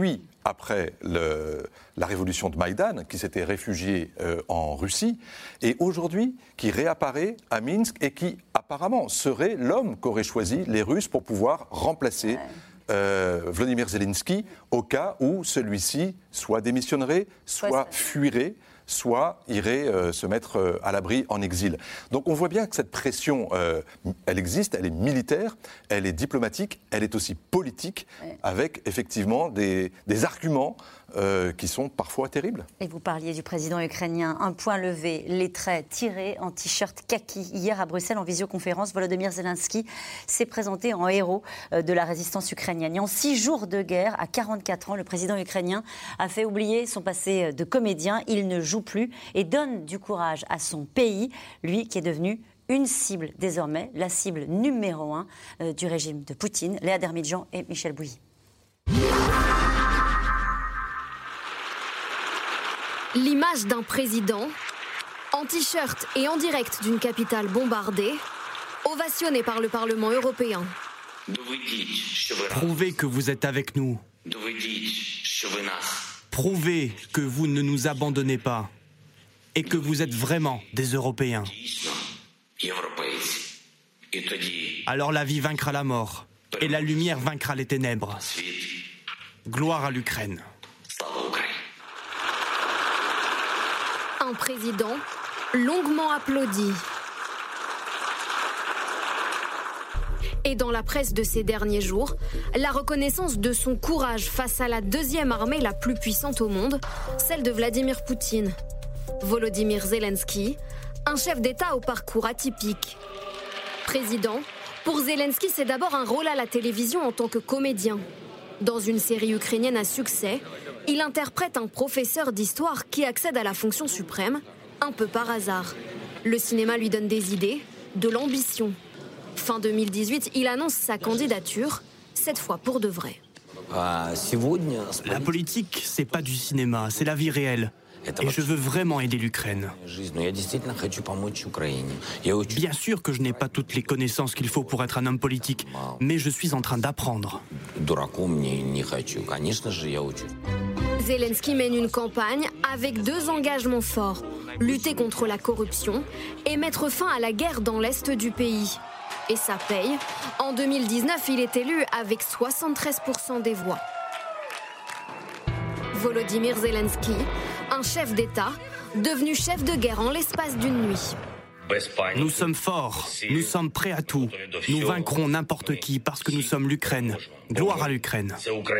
après le, la révolution de Maïdan, qui s'était réfugié euh, en Russie, et aujourd'hui qui réapparaît à Minsk et qui apparemment serait l'homme qu'auraient choisi les Russes pour pouvoir remplacer ouais. euh, Volodymyr Zelensky au cas où celui-ci soit démissionnerait, soit ouais, fuirait, soit irait euh, se mettre euh, à l'abri en exil. Donc on voit bien que cette pression, euh, elle existe, elle est militaire, elle est diplomatique, elle est aussi politique, ouais. avec effectivement des, des arguments euh, qui sont parfois terribles. Et vous parliez du président ukrainien, un point levé, les traits tirés en t-shirt kaki. Hier à Bruxelles, en visioconférence, Volodymyr Zelensky s'est présenté en héros de la résistance ukrainienne. Et en six jours de guerre, à quarante-quatre ans, le président ukrainien a fait oublier son passé de comédien. Il ne joue plus et donne du courage à son pays, lui qui est devenu une cible désormais, la cible numéro un euh, du régime de Poutine. Léa Dermidjian et Michel Bouilly. L'image d'un président en t-shirt et en direct d'une capitale bombardée, ovationné par le Parlement européen. Prouvez que vous êtes avec nous. Prouvez que vous ne nous abandonnez pas et que vous êtes vraiment des Européens. Alors la vie vaincra la mort et la lumière vaincra les ténèbres. Gloire à l'Ukraine. Un président longuement applaudi. Et dans la presse de ces derniers jours, la reconnaissance de son courage face à la deuxième armée la plus puissante au monde, celle de Vladimir Poutine. Volodymyr Zelensky, un chef d'État au parcours atypique. Président, pour Zelensky, c'est d'abord un rôle à la télévision en tant que comédien. Dans une série ukrainienne à succès, il interprète un professeur d'histoire qui accède à la fonction suprême, un peu par hasard. Le cinéma lui donne des idées, de l'ambition. Fin deux mille dix-huit, il annonce sa candidature, cette fois pour de vrai. La politique, c'est pas du cinéma, c'est la vie réelle. Et je veux vraiment aider l'Ukraine. Bien sûr que je n'ai pas toutes les connaissances qu'il faut pour être un homme politique, mais je suis en train d'apprendre. Zelensky mène une campagne avec deux engagements forts. Lutter contre la corruption et mettre fin à la guerre dans l'est du pays. Et ça paye. En deux mille dix-neuf, il est élu avec soixante-treize pour cent des voix. Volodymyr Zelensky, un chef d'État, devenu chef de guerre en l'espace d'une nuit. Nous sommes forts, nous sommes prêts à tout. Nous vaincrons n'importe qui parce que nous sommes l'Ukraine. Gloire à l'Ukraine.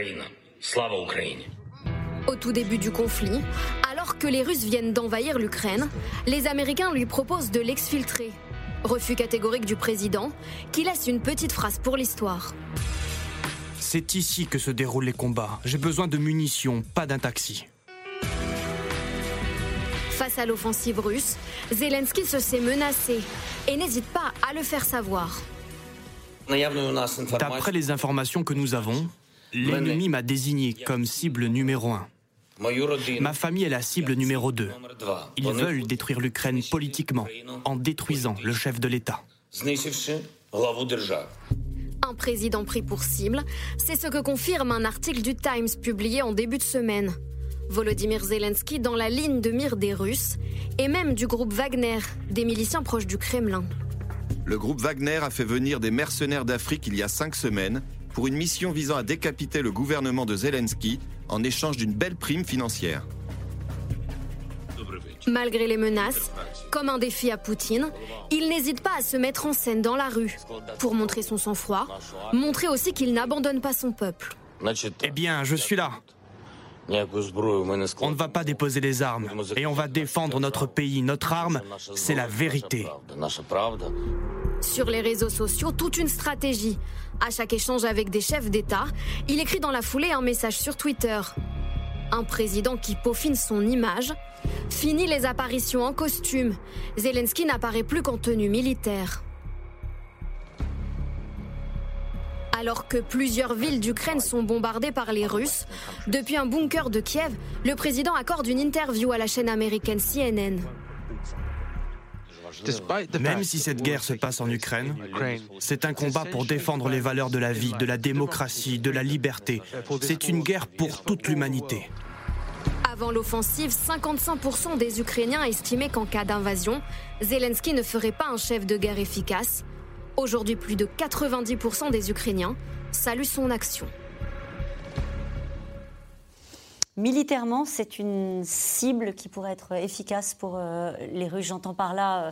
Au tout début du conflit, alors que les Russes viennent d'envahir l'Ukraine, les Américains lui proposent de l'exfiltrer. Refus catégorique du président, qui laisse une petite phrase pour l'histoire. C'est ici que se déroulent les combats. J'ai besoin de munitions, pas d'un taxi. Face à l'offensive russe, Zelensky se sait menacé et n'hésite pas à le faire savoir. D'après les informations que nous avons, l'ennemi m'a désigné comme cible numéro un. Ma famille est la cible numéro deux. Ils veulent détruire l'Ukraine politiquement, en détruisant le chef de l'État. Un président pris pour cible, c'est ce que confirme un article du Times publié en début de semaine. Volodymyr Zelensky dans la ligne de mire des Russes et même du groupe Wagner, des miliciens proches du Kremlin. Le groupe Wagner a fait venir des mercenaires d'Afrique il y a cinq semaines pour une mission visant à décapiter le gouvernement de Zelensky en échange d'une belle prime financière. Malgré les menaces, comme un défi à Poutine, il n'hésite pas à se mettre en scène dans la rue pour montrer son sang-froid, montrer aussi qu'il n'abandonne pas son peuple. Eh bien, je suis là. On ne va pas déposer les armes et on va défendre notre pays. Notre arme, c'est la vérité. Sur les réseaux sociaux, toute une stratégie. À chaque échange avec des chefs d'État, il écrit dans la foulée un message sur Twitter. Un président qui peaufine son image. Fini les apparitions en costume. Zelensky n'apparaît plus qu'en tenue militaire. Alors que plusieurs villes d'Ukraine sont bombardées par les Russes, depuis un bunker de Kiev, le président accorde une interview à la chaîne américaine C N N. Même si cette guerre se passe en Ukraine, c'est un combat pour défendre les valeurs de la vie, de la démocratie, de la liberté. C'est une guerre pour toute l'humanité. Avant l'offensive, cinquante-cinq pour cent des Ukrainiens estimaient qu'en cas d'invasion, Zelensky ne ferait pas un chef de guerre efficace. Aujourd'hui, plus de quatre-vingt-dix pour cent des Ukrainiens saluent son action. Militairement, c'est une cible qui pourrait être efficace pour euh, les Russes. J'entends par là,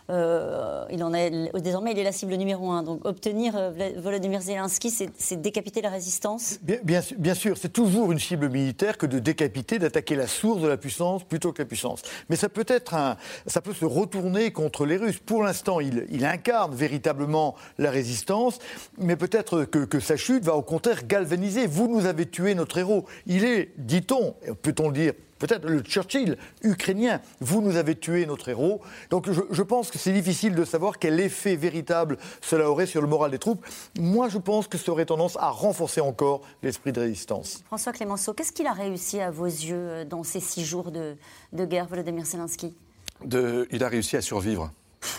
euh, il en est, désormais, il est la cible numéro un. Donc, obtenir euh, Volodymyr Zelensky, c'est, c'est décapiter la résistance. Bien, bien, bien sûr, c'est toujours une cible militaire que de décapiter, d'attaquer la source de la puissance plutôt que la puissance. Mais ça peut être un, ça peut se retourner contre les Russes. Pour l'instant, il, il incarne véritablement la résistance, mais peut-être que, que sa chute va au contraire galvaniser. Vous nous avez tué notre héros. Il est, dit-on, peut-on le dire, peut-être le Churchill ukrainien, vous nous avez tué notre héros. Donc je, je pense que c'est difficile de savoir quel effet véritable cela aurait sur le moral des troupes. Moi, je pense que ça aurait tendance à renforcer encore l'esprit de résistance. François Clémenceau, qu'est-ce qu'il a réussi à vos yeux dans ces six jours de, de guerre, Volodymyr Zelensky ? de, Il a réussi à survivre.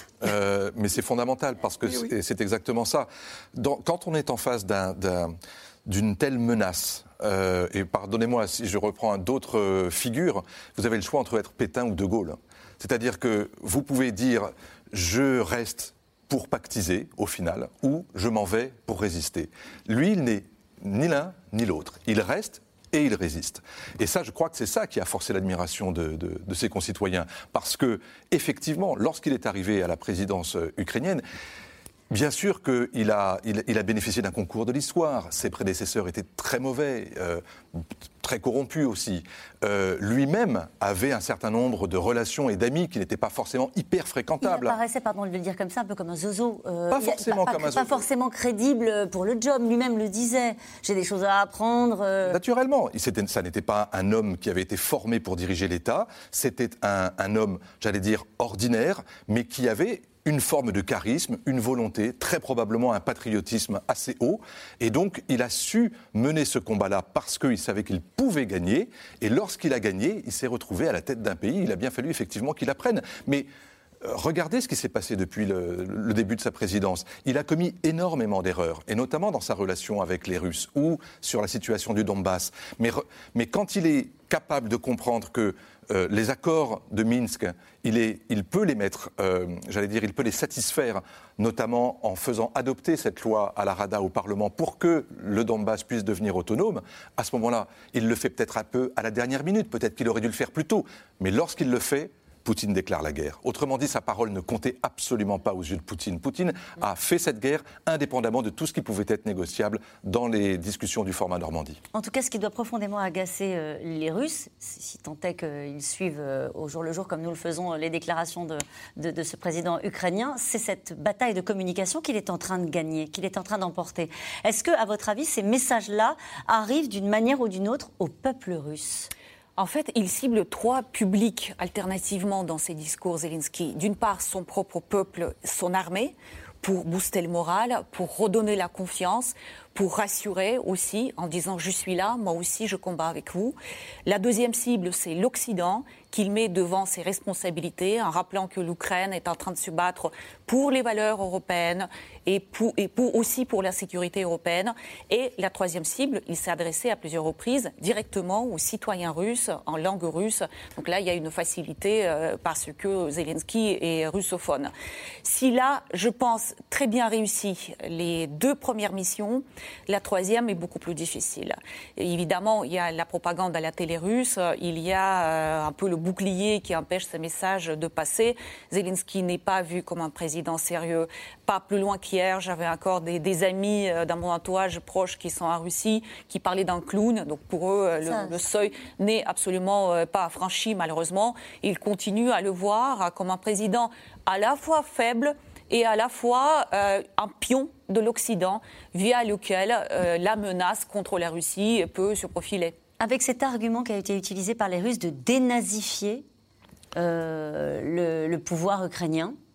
euh, mais c'est fondamental parce que oui, oui. c'est, c'est exactement ça. Dans, quand on est en face d'un, d'un, d'une telle menace, euh, et pardonnez-moi si je reprends d'autres euh, figures, vous avez le choix entre être Pétain ou De Gaulle. C'est-à-dire que vous pouvez dire « je reste pour pactiser » au final, ou « je m'en vais pour résister ». Lui, il n'est ni l'un ni l'autre. Il reste et il résiste. Et ça, je crois que c'est ça qui a forcé l'admiration de, de, de ses concitoyens. Parce que, effectivement, lorsqu'il est arrivé à la présidence ukrainienne, bien sûr qu'il a, il, il a bénéficié d'un concours de l'histoire. Ses prédécesseurs étaient très mauvais, euh, très corrompus aussi. Euh, lui-même avait un certain nombre de relations et d'amis qui n'étaient pas forcément hyper fréquentables. Il apparaissait, pardon de le dire comme ça, un peu comme un zozo. Euh, pas forcément pas, comme pas, un zozo. Pas forcément crédible pour le job. Lui-même le disait. J'ai des choses à apprendre. Euh... Naturellement. C'était, ça n'était pas un homme qui avait été formé pour diriger l'État. C'était un, un homme, j'allais dire, ordinaire, mais qui avait une forme de charisme, une volonté, très probablement un patriotisme assez haut. Et donc, il a su mener ce combat-là parce qu'il savait qu'il pouvait gagner. Et lorsqu'il a gagné, il s'est retrouvé à la tête d'un pays. Il a bien fallu effectivement qu'il apprenne. Mais euh, regardez ce qui s'est passé depuis le, le début de sa présidence. Il a commis énormément d'erreurs, et notamment dans sa relation avec les Russes ou sur la situation du Donbass. Mais, mais quand il est capable de comprendre que Euh, les accords de Minsk, il, est, il peut les mettre, euh, j'allais dire, il peut les satisfaire, notamment en faisant adopter cette loi à la Rada au Parlement pour que le Donbass puisse devenir autonome. À ce moment-là, il le fait peut-être un peu à la dernière minute, peut-être qu'il aurait dû le faire plus tôt, mais lorsqu'il le fait, Poutine déclare la guerre. Autrement dit, sa parole ne comptait absolument pas aux yeux de Poutine. Poutine a fait cette guerre indépendamment de tout ce qui pouvait être négociable dans les discussions du format Normandie. En tout cas, ce qui doit profondément agacer euh, les Russes, si tant est qu'ils suivent euh, au jour le jour, comme nous le faisons, les déclarations de, de, de ce président ukrainien, c'est cette bataille de communication qu'il est en train de gagner, qu'il est en train d'emporter. Est-ce que, à votre avis, ces messages-là arrivent d'une manière ou d'une autre au peuple russe ? En fait, il cible trois publics alternativement dans ses discours, Zelensky. D'une part, son propre peuple, son armée, pour booster le moral, pour redonner la confiance, pour rassurer aussi, en disant « je suis là, moi aussi je combats avec vous ». La deuxième cible, c'est l'Occident, qu'il met devant ses responsabilités, en rappelant que l'Ukraine est en train de se battre pour les valeurs européennes et, pour, et pour, aussi pour la sécurité européenne. Et la troisième cible, il s'est adressé à plusieurs reprises directement aux citoyens russes, en langue russe. Donc là, il y a une facilité euh, parce que Zelensky est russophone. S'il a, je pense, très bien réussi les deux premières missions, la troisième est beaucoup plus difficile. Et évidemment, il y a la propagande à la télé russe, il y a euh, un peu le bouclier qui empêche ces messages de passer. Zelensky n'est pas vu comme un président sérieux. Pas plus loin qu'hier, j'avais encore des, des amis euh, dans mon entourage proche qui sont en Russie, qui parlaient d'un clown. Donc pour eux, euh, le, le seuil n'est absolument euh, pas franchi, malheureusement. Ils continuent à le voir euh, comme un président à la fois faible et à la fois euh, un pion de l'Occident via lequel euh, la menace contre la Russie peut se profiler. Avec cet argument qui a été utilisé par les Russes de dénazifier euh, le, le pouvoir ukrainien,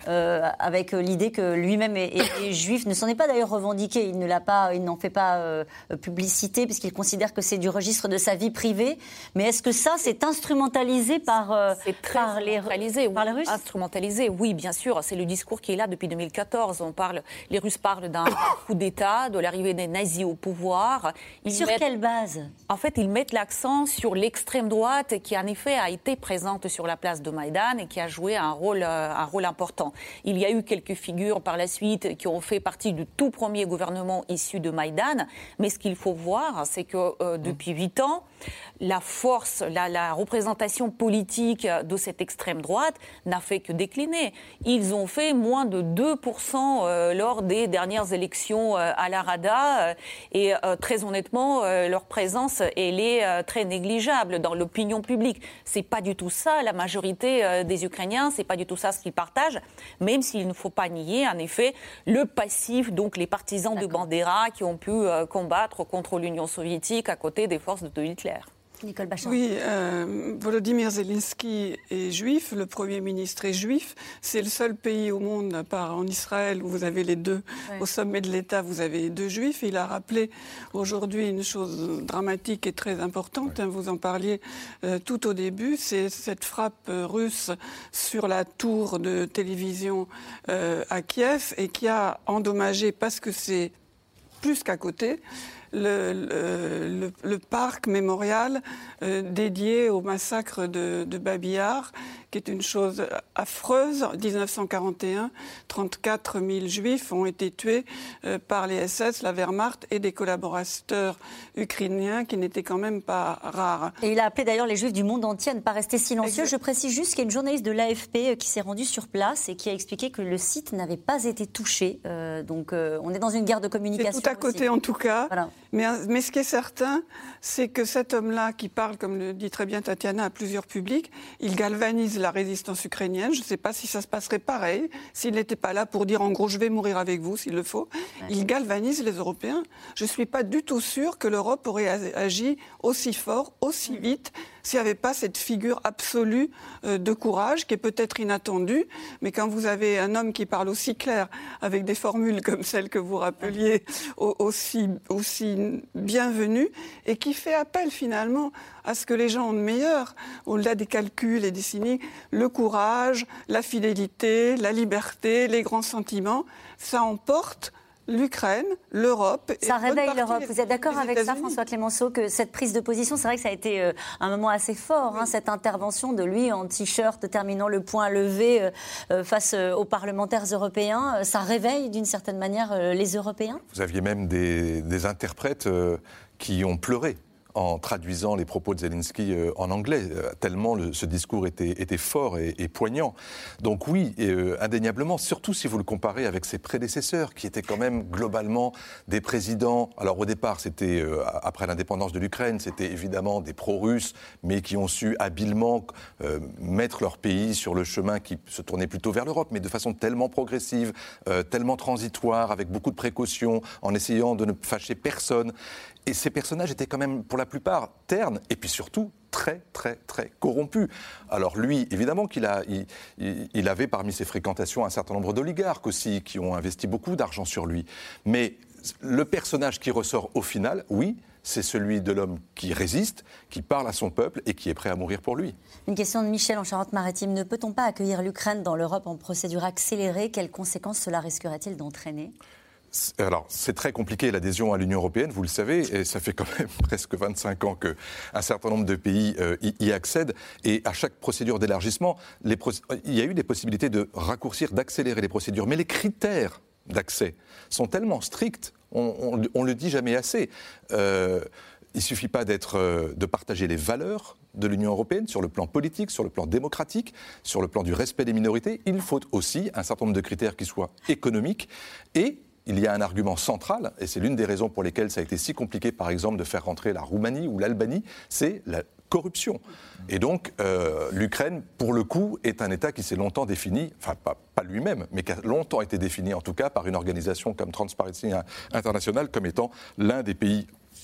euh, avec l'idée que lui-même est, est, est juif, ne s'en est pas d'ailleurs revendiqué, il ne l'a pas, il n'en fait pas euh, publicité, puisqu'il considère que c'est du registre de sa vie privée. Mais est-ce que ça, c'est instrumentalisé par, euh, par, les, instrumentalisé, par les Russes? Instrumentalisé, oui, bien sûr. C'est le discours qui est là depuis deux mille quatorze. On parle, les Russes parlent d'un coup d'État, de l'arrivée des nazis au pouvoir. Ils sur mettent, quelle base? En fait, ils mettent l'accent sur l'extrême droite qui, en effet, a été présente sur la place de Maïdan et qui a joué un rôle, un rôle important. Il y a eu quelques figures par la suite qui ont fait partie du tout premier gouvernement issu de Maïdan. Mais ce qu'il faut voir, c'est que euh, depuis huit ans, la force, la, la représentation politique de cette extrême droite n'a fait que décliner. Ils ont fait moins de deux pour cent euh, lors des dernières élections euh, à la Rada euh, et euh, très honnêtement, euh, leur présence elle est euh, très négligeable dans l'opinion publique. C'est pas du tout ça la majorité euh, des Ukrainiens, c'est pas du tout ça ce qu'ils partagent, même s'il ne faut pas nier en effet le passif, donc les partisans D'accord. de Bandera qui ont pu euh, combattre contre l'Union soviétique à côté des forces de Hitler. Nicole Bachand. Oui, euh, Volodymyr Zelensky est juif, le Premier ministre est juif. C'est le seul pays au monde, à part en Israël, où vous avez les deux. Ouais. Au sommet de l'État, vous avez deux juifs. Il a rappelé aujourd'hui une chose dramatique et très importante. Ouais. Vous en parliez euh, tout au début. C'est cette frappe russe sur la tour de télévision euh, à Kiev et qui a endommagé, parce que c'est plus qu'à côté, Le, le, le, le parc mémorial euh, dédié au massacre de, de Babi Yar, qui est une chose affreuse. En dix-neuf cent quarante et un, trente-quatre mille juifs ont été tués euh, par les S S, la Wehrmacht et des collaborateurs ukrainiens qui n'étaient quand même pas rares. Et il a appelé d'ailleurs les juifs du monde entier à ne pas rester silencieux. Exact. Je précise juste qu'il y a une journaliste de l'A F P qui s'est rendue sur place et qui a expliqué que le site n'avait pas été touché. Euh, donc euh, on est dans une guerre de communication. C'est tout à côté aussi. En tout cas. Voilà. Mais, mais ce qui est certain, c'est que cet homme-là, qui parle, comme le dit très bien Tatiana, à plusieurs publics, il galvanise la résistance ukrainienne. Je ne sais pas si ça se passerait pareil, s'il n'était pas là pour dire, en gros, je vais mourir avec vous, s'il le faut. Ouais. Il galvanise les Européens. Je ne suis pas du tout sûre que l'Europe aurait agi aussi fort, aussi vite, s'il n'y avait pas cette figure absolue euh, de courage, qui est peut-être inattendue, mais quand vous avez un homme qui parle aussi clair, avec des formules comme celles que vous rappeliez, aussi, aussi bienvenues, et qui fait appel finalement à ce que les gens ont de meilleur, au-delà des calculs et des cyniques, le courage, la fidélité, la liberté, les grands sentiments, ça emporte l'Ukraine, l'Europe... Ça réveille l'Europe. Vous êtes d'accord avec ça, François Clémenceau, que cette prise de position, c'est vrai que ça a été euh, un moment assez fort, oui. hein, cette intervention de lui en t-shirt, terminant le poing levé euh, face euh, aux parlementaires européens, ça réveille d'une certaine manière euh, les Européens? Vous aviez même des, des interprètes euh, qui ont pleuré en traduisant les propos de Zelensky euh, en anglais, euh, tellement le, ce discours était, était fort et, et poignant. Donc oui, et, euh, indéniablement, surtout si vous le comparez avec ses prédécesseurs, qui étaient quand même globalement des présidents. Alors au départ, c'était, euh, après l'indépendance de l'Ukraine, c'était évidemment des pro-russes, mais qui ont su habilement euh, mettre leur pays sur le chemin qui se tournait plutôt vers l'Europe, mais de façon tellement progressive, euh, tellement transitoire, avec beaucoup de précautions, en essayant de ne fâcher personne. Et ces personnages étaient quand même, pour la plupart, ternes, et puis surtout très, très, très corrompus. Alors lui, évidemment qu'il a, il, il avait parmi ses fréquentations un certain nombre d'oligarques aussi, qui ont investi beaucoup d'argent sur lui. Mais le personnage qui ressort au final, oui, c'est celui de l'homme qui résiste, qui parle à son peuple et qui est prêt à mourir pour lui. Une question de Michel en Charente-Maritime. Ne peut-on pas accueillir l'Ukraine dans l'Europe en procédure accélérée? Quelles conséquences cela risquerait-il d'entraîner? Alors, c'est très compliqué l'adhésion à l'Union européenne, vous le savez, et ça fait quand même presque vingt-cinq ans qu'un certain nombre de pays euh, y, y accèdent. Et à chaque procédure d'élargissement, les pro- il y a eu des possibilités de raccourcir, d'accélérer les procédures. Mais les critères d'accès sont tellement stricts, on ne le dit jamais assez. Euh, il ne suffit pas d'être, euh, de partager les valeurs de l'Union européenne sur le plan politique, sur le plan démocratique, sur le plan du respect des minorités. Il faut aussi un certain nombre de critères qui soient économiques et il y a un argument central, et c'est l'une des raisons pour lesquelles ça a été si compliqué, par exemple, de faire rentrer la Roumanie ou l'Albanie, c'est la corruption. Et donc, euh, l'Ukraine, pour le coup, est un État qui s'est longtemps défini, enfin, pas, pas lui-même, mais qui a longtemps été défini, en tout cas, par une organisation comme Transparency International, comme étant l'un des pays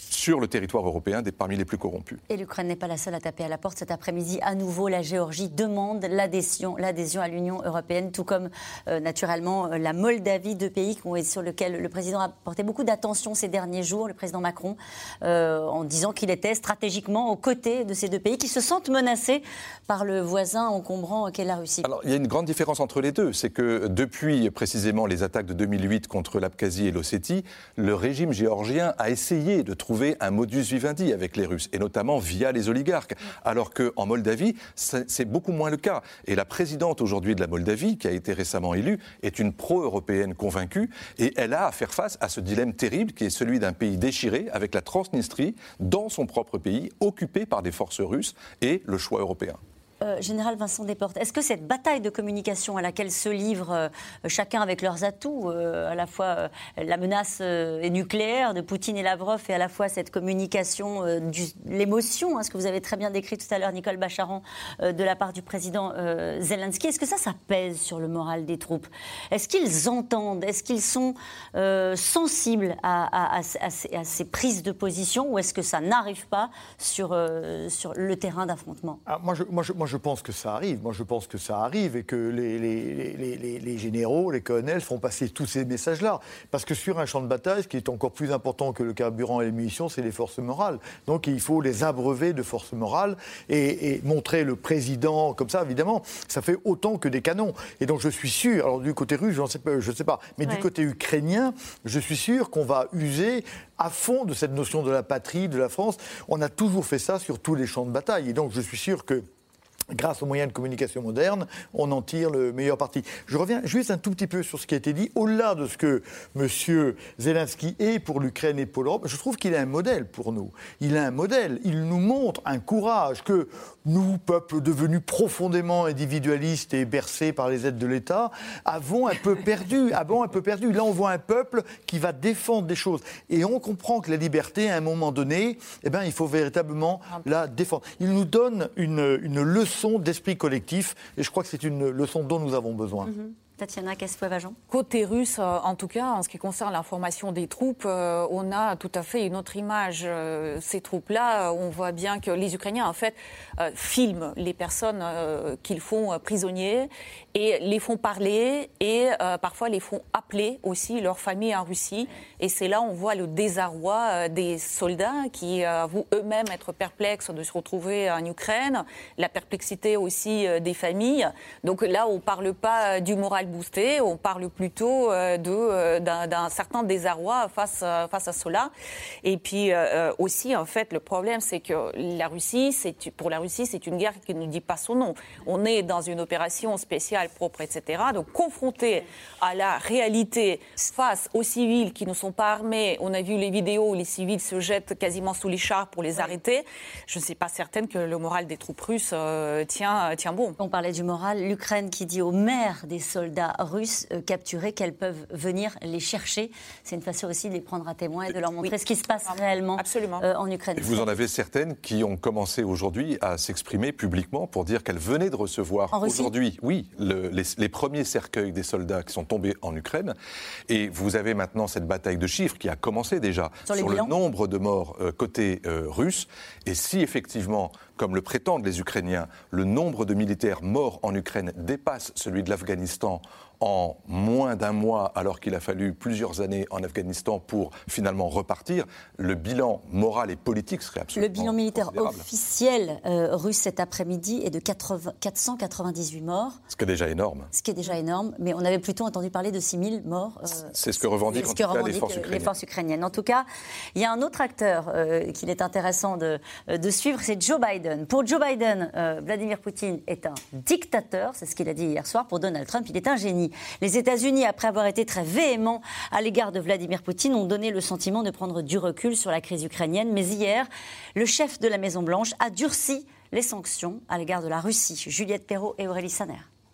sur le territoire européen, des parmi les plus corrompus. Et l'Ukraine n'est pas la seule à taper à la porte. Cet après-midi, à nouveau, la Géorgie demande l'adhésion, l'adhésion à l'Union européenne, tout comme euh, naturellement euh, la Moldavie, deux pays sur lesquels le président a porté beaucoup d'attention ces derniers jours, le président Macron, euh, en disant qu'il était stratégiquement aux côtés de ces deux pays qui se sentent menacés par le voisin encombrant qu'est la Russie. Alors, il y a une grande différence entre les deux, c'est que depuis précisément les attaques de deux mille huit contre l'Abkhazie et l'Ossétie, le régime géorgien a essayé de trouver un modus vivendi avec les Russes, et notamment via les oligarques, alors qu'en Moldavie, c'est beaucoup moins le cas. Et la présidente aujourd'hui de la Moldavie, qui a été récemment élue, est une pro-européenne convaincue, et elle a à faire face à ce dilemme terrible qui est celui d'un pays déchiré, avec la Transnistrie, dans son propre pays, occupé par des forces russes, et le choix européen. Euh, Général Vincent Desportes, est-ce que cette bataille de communication à laquelle se livrent euh, chacun avec leurs atouts, euh, à la fois euh, la menace euh, nucléaire de Poutine et Lavrov, et à la fois cette communication, euh, du, l'émotion, hein, ce que vous avez très bien décrit tout à l'heure, Nicole Bacharan, euh, de la part du président euh, Zelensky, est-ce que ça, ça pèse sur le moral des troupes? Est-ce qu'ils entendent? Est-ce qu'ils sont euh, sensibles à, à, à, à, ces, à ces prises de position, ou est-ce que ça n'arrive pas sur, euh, sur le terrain d'affrontement? ah, moi, je, moi, je, moi, je pense que ça arrive. Moi, je pense que ça arrive et que les, les, les, les, les généraux, les colonels font passer tous ces messages-là. Parce que sur un champ de bataille, ce qui est encore plus important que le carburant et les munitions, c'est les forces morales. Donc, il faut les abreuver de forces morales et, et montrer le président comme ça, évidemment, ça fait autant que des canons. Et donc, je suis sûr, alors du côté russe, je ne sais pas, je sais pas, mais ouais. du côté ukrainien, je suis sûr qu'on va user à fond de cette notion de la patrie, de la France. On a toujours fait ça sur tous les champs de bataille. Et donc, je suis sûr que grâce aux moyens de communication modernes, on en tire le meilleur parti. Je reviens juste un tout petit peu sur ce qui a été dit. Au-delà de ce que M. Zelensky est pour l'Ukraine et pour l'Europe, je trouve qu'il est un modèle pour nous. Il est un modèle. Il nous montre un courage que nous, peuple devenu profondément individualiste et bercé par les aides de l'État, avons un peu perdu. Avons un peu perdu. Là, on voit un peuple qui va défendre des choses. Et on comprend que la liberté, à un moment donné, eh ben, il faut véritablement la défendre. Il nous donne une, une leçon d'esprit collectif, et je crois que c'est une leçon dont nous avons besoin. Mm-hmm. Tatiana Casse-Poivre-Vajan. Côté russe, en tout cas, en ce qui concerne l'information des troupes, euh, on a tout à fait une autre image. Euh, ces troupes-là, on voit bien que les Ukrainiens, en fait, euh, filment les personnes euh, qu'ils font euh, prisonniers et les font parler et euh, parfois les font appeler aussi leur famille en Russie. Et c'est là on voit le désarroi euh, des soldats qui euh, avouent eux-mêmes être perplexes de se retrouver en Ukraine, la perplexité aussi euh, des familles. Donc là, on ne parle pas du moral boosté, on parle plutôt euh, de, euh, d'un, d'un certain désarroi face, euh, face à cela. Et puis euh, aussi, en fait, le problème, c'est que la Russie, c'est, pour la Russie, c'est une guerre qui ne dit pas son nom. On est dans une opération spéciale propre, et cetera. Donc, confronté à la réalité face aux civils qui ne sont pas armés, on a vu les vidéos où les civils se jettent quasiment sous les chars pour les arrêter. Je ne suis pas certaine que le moral des troupes russes euh, tient, tient bon. On parlait du moral. L'Ukraine qui dit aux mères des soldats russes euh, capturés qu'elles peuvent venir les chercher. C'est une façon aussi de les prendre à témoin et de leur montrer oui. ce qui se passe réellement euh, en Ukraine. Et vous en avez certaines qui ont commencé aujourd'hui à s'exprimer publiquement pour dire qu'elles venaient de recevoir aujourd'hui, oui, le, les, les premiers cercueils des soldats qui sont tombés en Ukraine. Et vous avez maintenant cette bataille de chiffres qui a commencé déjà sur, sur le nombre de morts euh, côté euh, russe. Et si effectivement, comme le prétendent les Ukrainiens, le nombre de militaires morts en Ukraine dépasse celui de l'Afghanistan en moins d'un mois, alors qu'il a fallu plusieurs années en Afghanistan pour finalement repartir, le bilan moral et politique serait absolument Le bilan militaire officiel euh, russe cet après-midi est de quatre cent quatre-vingt-dix-huit morts. Ce qui est déjà énorme. Ce qui est déjà énorme, mais on avait plutôt entendu parler de six mille morts. Euh, c'est ce que revendiquent en tout cas les forces ukrainiennes. les forces ukrainiennes. En tout cas, il y a un autre acteur euh, qu'il est intéressant de, de suivre, c'est Joe Biden. Pour Joe Biden, euh, Vladimir Poutine est un dictateur, c'est ce qu'il a dit hier soir. Pour Donald Trump, il est un génie. Les États-Unis, après avoir été très véhéments à l'égard de Vladimir Poutine, ont donné le sentiment de prendre du recul sur la crise ukrainienne. Mais hier, le chef de la Maison-Blanche a durci les sanctions à l'égard de la Russie. Juliette Perrault et Aurélie Saner.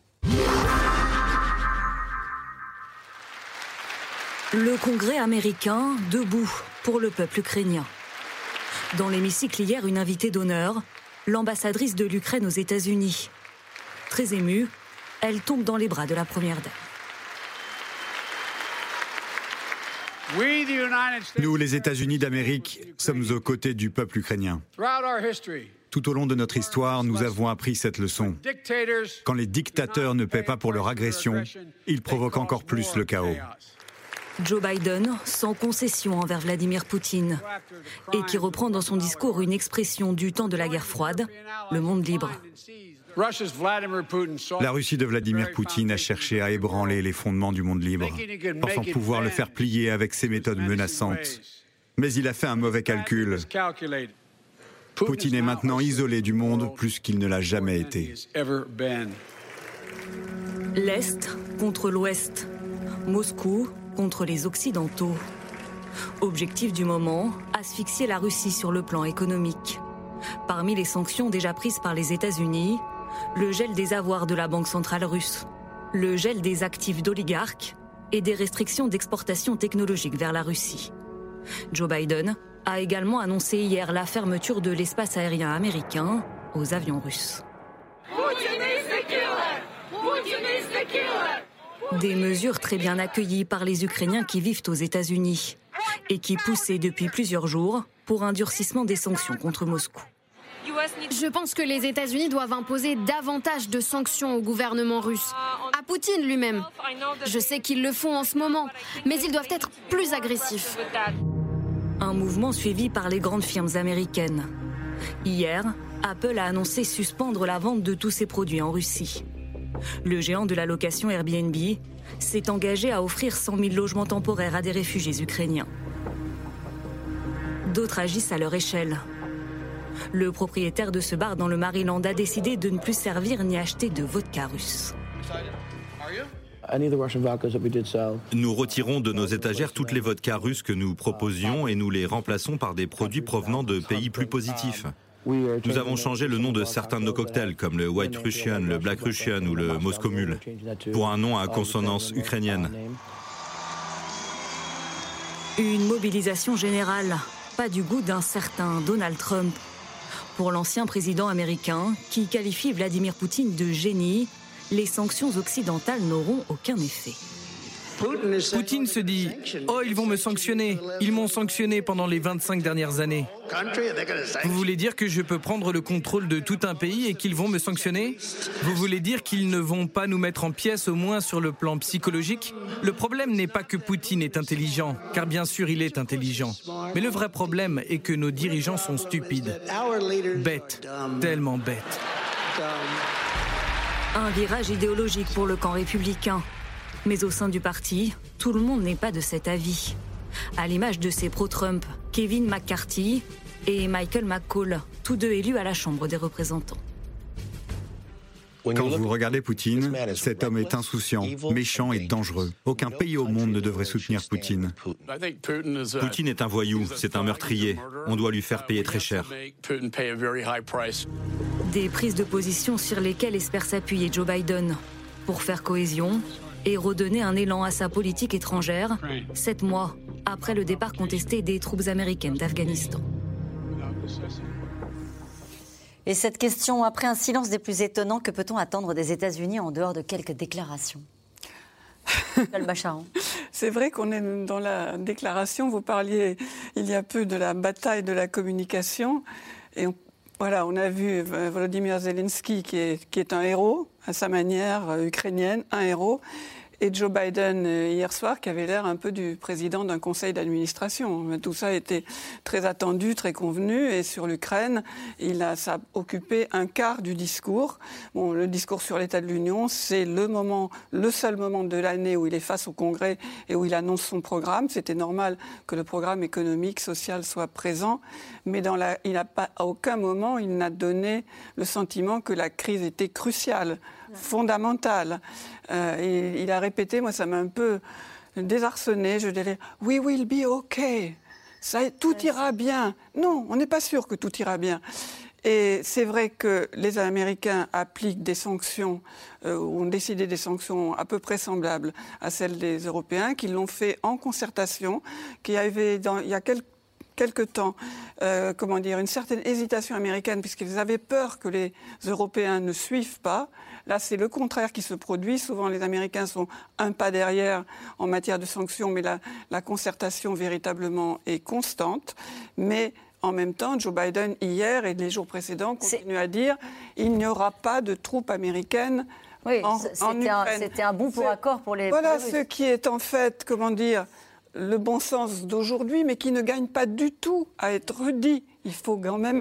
Le Congrès américain debout pour le peuple ukrainien. Dans l'hémicycle hier, une invitée d'honneur, l'ambassadrice de l'Ukraine aux États-Unis. Très émue, elle tombe dans les bras de la première dame. Nous, les États-Unis d'Amérique, sommes aux côtés du peuple ukrainien. Tout au long de notre histoire, nous avons appris cette leçon. Quand les dictateurs ne paient pas pour leur agression, ils provoquent encore plus le chaos. Joe Biden, sans concession envers Vladimir Poutine, et qui reprend dans son discours une expression du temps de la guerre froide, le monde libre. La Russie de Vladimir Poutine a cherché à ébranler les fondements du monde libre, pensant pouvoir le faire plier avec ses méthodes menaçantes. Mais il a fait un mauvais calcul. Poutine est maintenant isolé du monde plus qu'il ne l'a jamais été. L'Est contre l'Ouest. Moscou contre les Occidentaux. Objectif du moment, asphyxier la Russie sur le plan économique. Parmi les sanctions déjà prises par les États-Unis, le gel des avoirs de la Banque centrale russe, le gel des actifs d'oligarques et des restrictions d'exportation technologique vers la Russie. Joe Biden a également annoncé hier la fermeture de l'espace aérien américain aux avions russes. Des mesures très bien accueillies par les Ukrainiens qui vivent aux États-Unis et qui poussaient depuis plusieurs jours pour un durcissement des sanctions contre Moscou. Je pense que les États-Unis doivent imposer davantage de sanctions au gouvernement russe, à Poutine lui-même. Je sais qu'ils le font en ce moment, mais ils doivent être plus agressifs. Un mouvement suivi par les grandes firmes américaines. Hier, Apple a annoncé suspendre la vente de tous ses produits en Russie. Le géant de la location Airbnb s'est engagé à offrir cent mille logements temporaires à des réfugiés ukrainiens. D'autres agissent à leur échelle. Le propriétaire de ce bar dans le Maryland a décidé de ne plus servir ni acheter de vodka russe. Nous retirons de nos étagères toutes les vodkas russes que nous proposions et nous les remplaçons par des produits provenant de pays plus positifs. Nous avons changé le nom de certains de nos cocktails, comme le White Russian, le Black Russian ou le Moscow Mule, pour un nom à consonance ukrainienne. Une mobilisation générale, pas du goût d'un certain Donald Trump. Pour l'ancien président américain, qui qualifie Vladimir Poutine de génie, les sanctions occidentales n'auront aucun effet. Poutine se dit « Oh, ils vont me sanctionner. Ils m'ont sanctionné pendant les vingt-cinq dernières années. Vous voulez dire que je peux prendre le contrôle de tout un pays et qu'ils vont me sanctionner? Vous voulez dire qu'ils ne vont pas nous mettre en pièces, au moins sur le plan psychologique? Le problème n'est pas que Poutine est intelligent, car bien sûr il est intelligent. Mais le vrai problème est que nos dirigeants sont stupides. Bêtes, tellement bêtes. » Un virage idéologique pour le camp républicain. Mais au sein du parti, tout le monde n'est pas de cet avis. À l'image de ces pro-Trump, Kevin McCarthy et Michael McCaul, tous deux élus à la Chambre des représentants. Quand vous regardez Poutine, cet homme est insouciant, méchant et dangereux. Aucun pays au monde ne devrait soutenir Poutine. Poutine est un voyou, c'est un meurtrier. On doit lui faire payer très cher. Des prises de position sur lesquelles espère s'appuyer Joe Biden pour faire cohésion et redonner un élan à sa politique étrangère, sept mois après le départ contesté des troupes américaines d'Afghanistan. Et cette question, après un silence des plus étonnants, que peut-on attendre des États-Unis en dehors de quelques déclarations? C'est vrai qu'on est dans la déclaration. Vous parliez il y a peu de la bataille de la communication. Et on, voilà, on a vu Volodymyr Zelensky qui est, qui est un héros à sa manière euh, ukrainienne, un héros. Et Joe Biden, hier soir, qui avait l'air un peu du président d'un conseil d'administration. Tout ça a été très attendu, très convenu. Et sur l'Ukraine, il a, ça a occupé un quart du discours. Bon, le discours sur l'état de l'Union, c'est le moment, le seul moment de l'année où il est face au Congrès et où il annonce son programme. C'était normal que le programme économique, social soit présent. Mais dans la, il n'a pas, à aucun moment, il n'a donné le sentiment que la crise était cruciale, fondamentale. Euh, il, il a répété, moi ça m'a un peu désarçonné, je dirais « We will be okay ». Ça, tout ira bien. Non, on n'est pas sûr que tout ira bien. Et c'est vrai que les Américains appliquent des sanctions, euh, ou ont décidé des sanctions à peu près semblables à celles des Européens, qui l'ont fait en concertation, qui avait, dans, il y a quelques quelque temps, euh, comment dire, une certaine hésitation américaine, puisqu'ils avaient peur que les Européens ne suivent pas. Là, c'est le contraire qui se produit. Souvent, les Américains sont un pas derrière en matière de sanctions, mais la, la concertation véritablement est constante. Mais en même temps, Joe Biden, hier et les jours précédents, continue à dire qu'il n'y aura pas de troupes américaines oui, en, c'était en Ukraine. Un, c'était un bon pour accord pour les... Voilà pour les ce qui est en fait, comment dire... le bon sens d'aujourd'hui, mais qui ne gagne pas du tout à être redit. Il faut quand même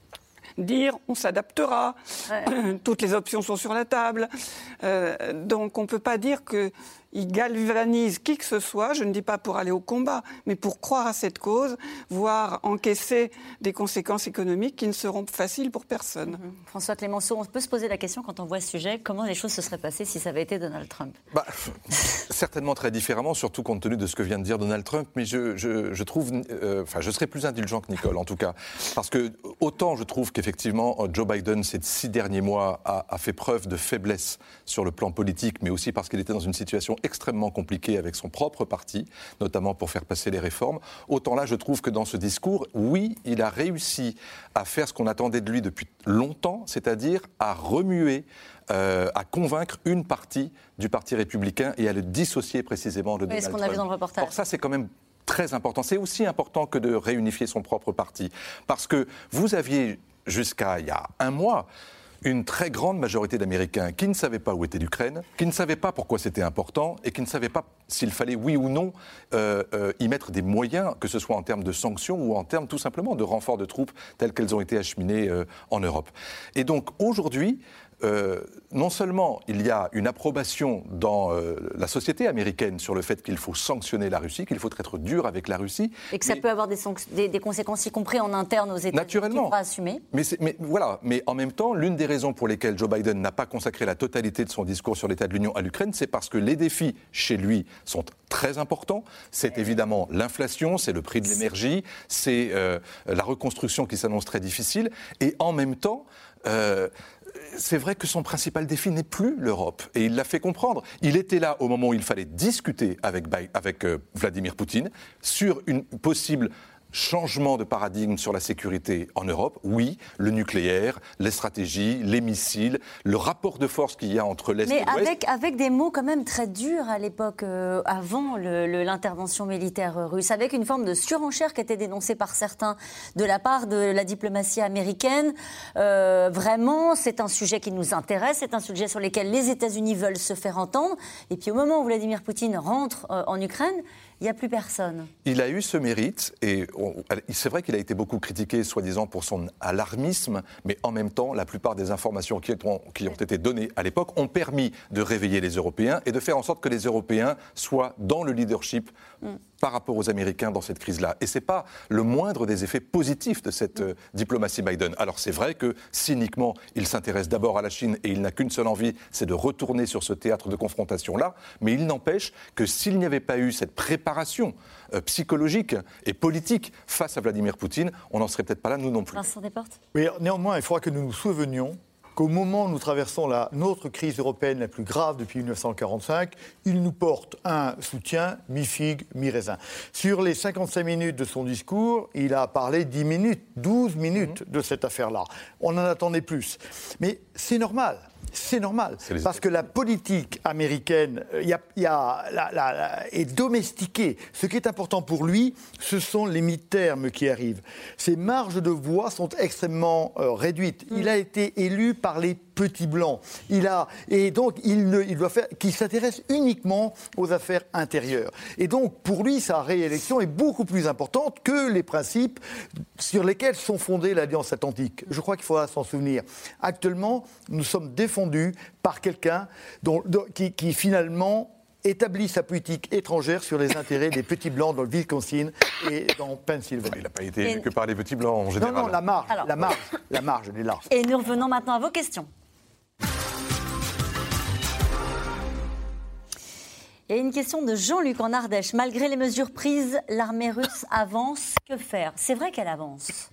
dire on s'adaptera, ouais. Toutes les options sont sur la table. Euh, donc on ne peut pas dire qu'il galvanise qui que ce soit, je ne dis pas pour aller au combat, mais pour croire à cette cause, voire encaisser des conséquences économiques qui ne seront faciles pour personne. Mmh. François Clémenceau, on peut se poser la question quand on voit ce sujet, comment les choses se seraient passées si ça avait été Donald Trump ? bah, Certainement très différemment, surtout compte tenu de ce que vient de dire Donald Trump, mais je, je, je trouve, euh, enfin je serais plus indulgent que Nicole en tout cas, parce que autant je trouve qu'effectivement Joe Biden ces six derniers mois a, a fait preuve de faiblesse sur le plan politique, mais aussi parce qu'il était dans une situation extrêmement compliquée avec son propre parti, notamment pour faire passer les réformes. Autant là, je trouve que dans ce discours, oui, il a réussi à faire ce qu'on attendait de lui depuis longtemps, c'est-à-dire à remuer, euh, à convaincre une partie du Parti républicain et à le dissocier précisément de Donald Trump. C'est ce qu'on a vu dans le reportage. Or ça, c'est quand même très important. C'est aussi important que de réunifier son propre parti. Parce que vous aviez, jusqu'à il y a un mois, une très grande majorité d'Américains qui ne savaient pas où était l'Ukraine, qui ne savaient pas pourquoi c'était important et qui ne savaient pas s'il fallait, oui ou non, euh, euh, y mettre des moyens, que ce soit en termes de sanctions ou en termes tout simplement de renforts de troupes telles qu'elles ont été acheminées euh, en Europe. Et donc aujourd'hui, Euh, non seulement il y a une approbation dans euh, la société américaine sur le fait qu'il faut sanctionner la Russie, qu'il faut être dur avec la Russie. Et que ça peut avoir des, des, des conséquences, y compris en interne aux États-Unis, naturellement, qu'il faudra assumer. Mais, mais voilà. Mais en même temps, l'une des raisons pour lesquelles Joe Biden n'a pas consacré la totalité de son discours sur l'état de l'Union à l'Ukraine, c'est parce que les défis chez lui sont très importants. C'est évidemment l'inflation, c'est le prix de l'énergie, c'est euh, la reconstruction qui s'annonce très difficile. Et en même temps, euh, c'est vrai que son principal défi n'est plus l'Europe. Et il l'a fait comprendre. Il était là au moment où il fallait discuter avec, avec euh, Vladimir Poutine sur une possible changement de paradigme sur la sécurité en Europe. Oui, le nucléaire, les stratégies, les missiles, le rapport de force qu'il y a entre l'Est Mais et l'Ouest. avec, avec des mots quand même très durs à l'époque, euh, avant le, le, l'intervention militaire russe, avec une forme de surenchère qui était dénoncée par certains de la part de la diplomatie américaine. Euh, vraiment, c'est un sujet qui nous intéresse, c'est un sujet sur lequel les États-Unis veulent se faire entendre. Et puis au moment où Vladimir Poutine rentre euh, en Ukraine, il n'y a plus personne. Il a eu ce mérite, et on, c'est vrai qu'il a été beaucoup critiqué, soi-disant, pour son alarmisme, mais en même temps, la plupart des informations qui ont, qui ont été données à l'époque ont permis de réveiller les Européens et de faire en sorte que les Européens soient dans le leadership mm. par rapport aux Américains dans cette crise-là. Et ce n'est pas le moindre des effets positifs de cette euh, diplomatie Biden. Alors c'est vrai que, cyniquement, il s'intéresse d'abord à la Chine et il n'a qu'une seule envie, c'est de retourner sur ce théâtre de confrontation-là, mais il n'empêche que s'il n'y avait pas eu cette préparation euh, psychologique et politique face à Vladimir Poutine, on n'en serait peut-être pas là, nous non plus. Vincent Desportes. Oui, néanmoins, il faudra que nous nous souvenions qu'au moment où nous traversons la, notre crise européenne la plus grave depuis dix-neuf cent quarante-cinq, il nous porte un soutien mi-figue, mi-raisin. Sur les cinquante-cinq minutes de son discours, il a parlé dix minutes, douze minutes mmh. de cette affaire-là. On en attendait plus. Mais c'est normal. C'est normal, c'est parce que la politique américaine y a, y a, la, la, la, est domestiquée. Ce qui est important pour lui, ce sont les mi-termes qui arrivent. Ses marges de voix sont extrêmement euh, réduites. Mm. Il a été élu par les petits blancs. Il a, et donc, il, ne, il doit faire, qu'il s'intéresse uniquement aux affaires intérieures. Et donc, pour lui, sa réélection est beaucoup plus importante que les principes sur lesquels sont fondées l'Alliance Atlantique. Je crois qu'il faudra s'en souvenir. Actuellement, nous sommes défendus par quelqu'un dont, dont, qui, qui, finalement, établit sa politique étrangère sur les intérêts des petits blancs dans le Wisconsin et dans Pennsylvanie. Il n'a pas été élu que par les petits blancs en général. Non, non, la marge, Alors, la marge, la marge, elle est large. Et nous revenons maintenant à vos questions. Il y a une question de Jean-Luc en Ardèche. Malgré les mesures prises, l'armée russe avance. Que faire ? C'est vrai qu'elle avance.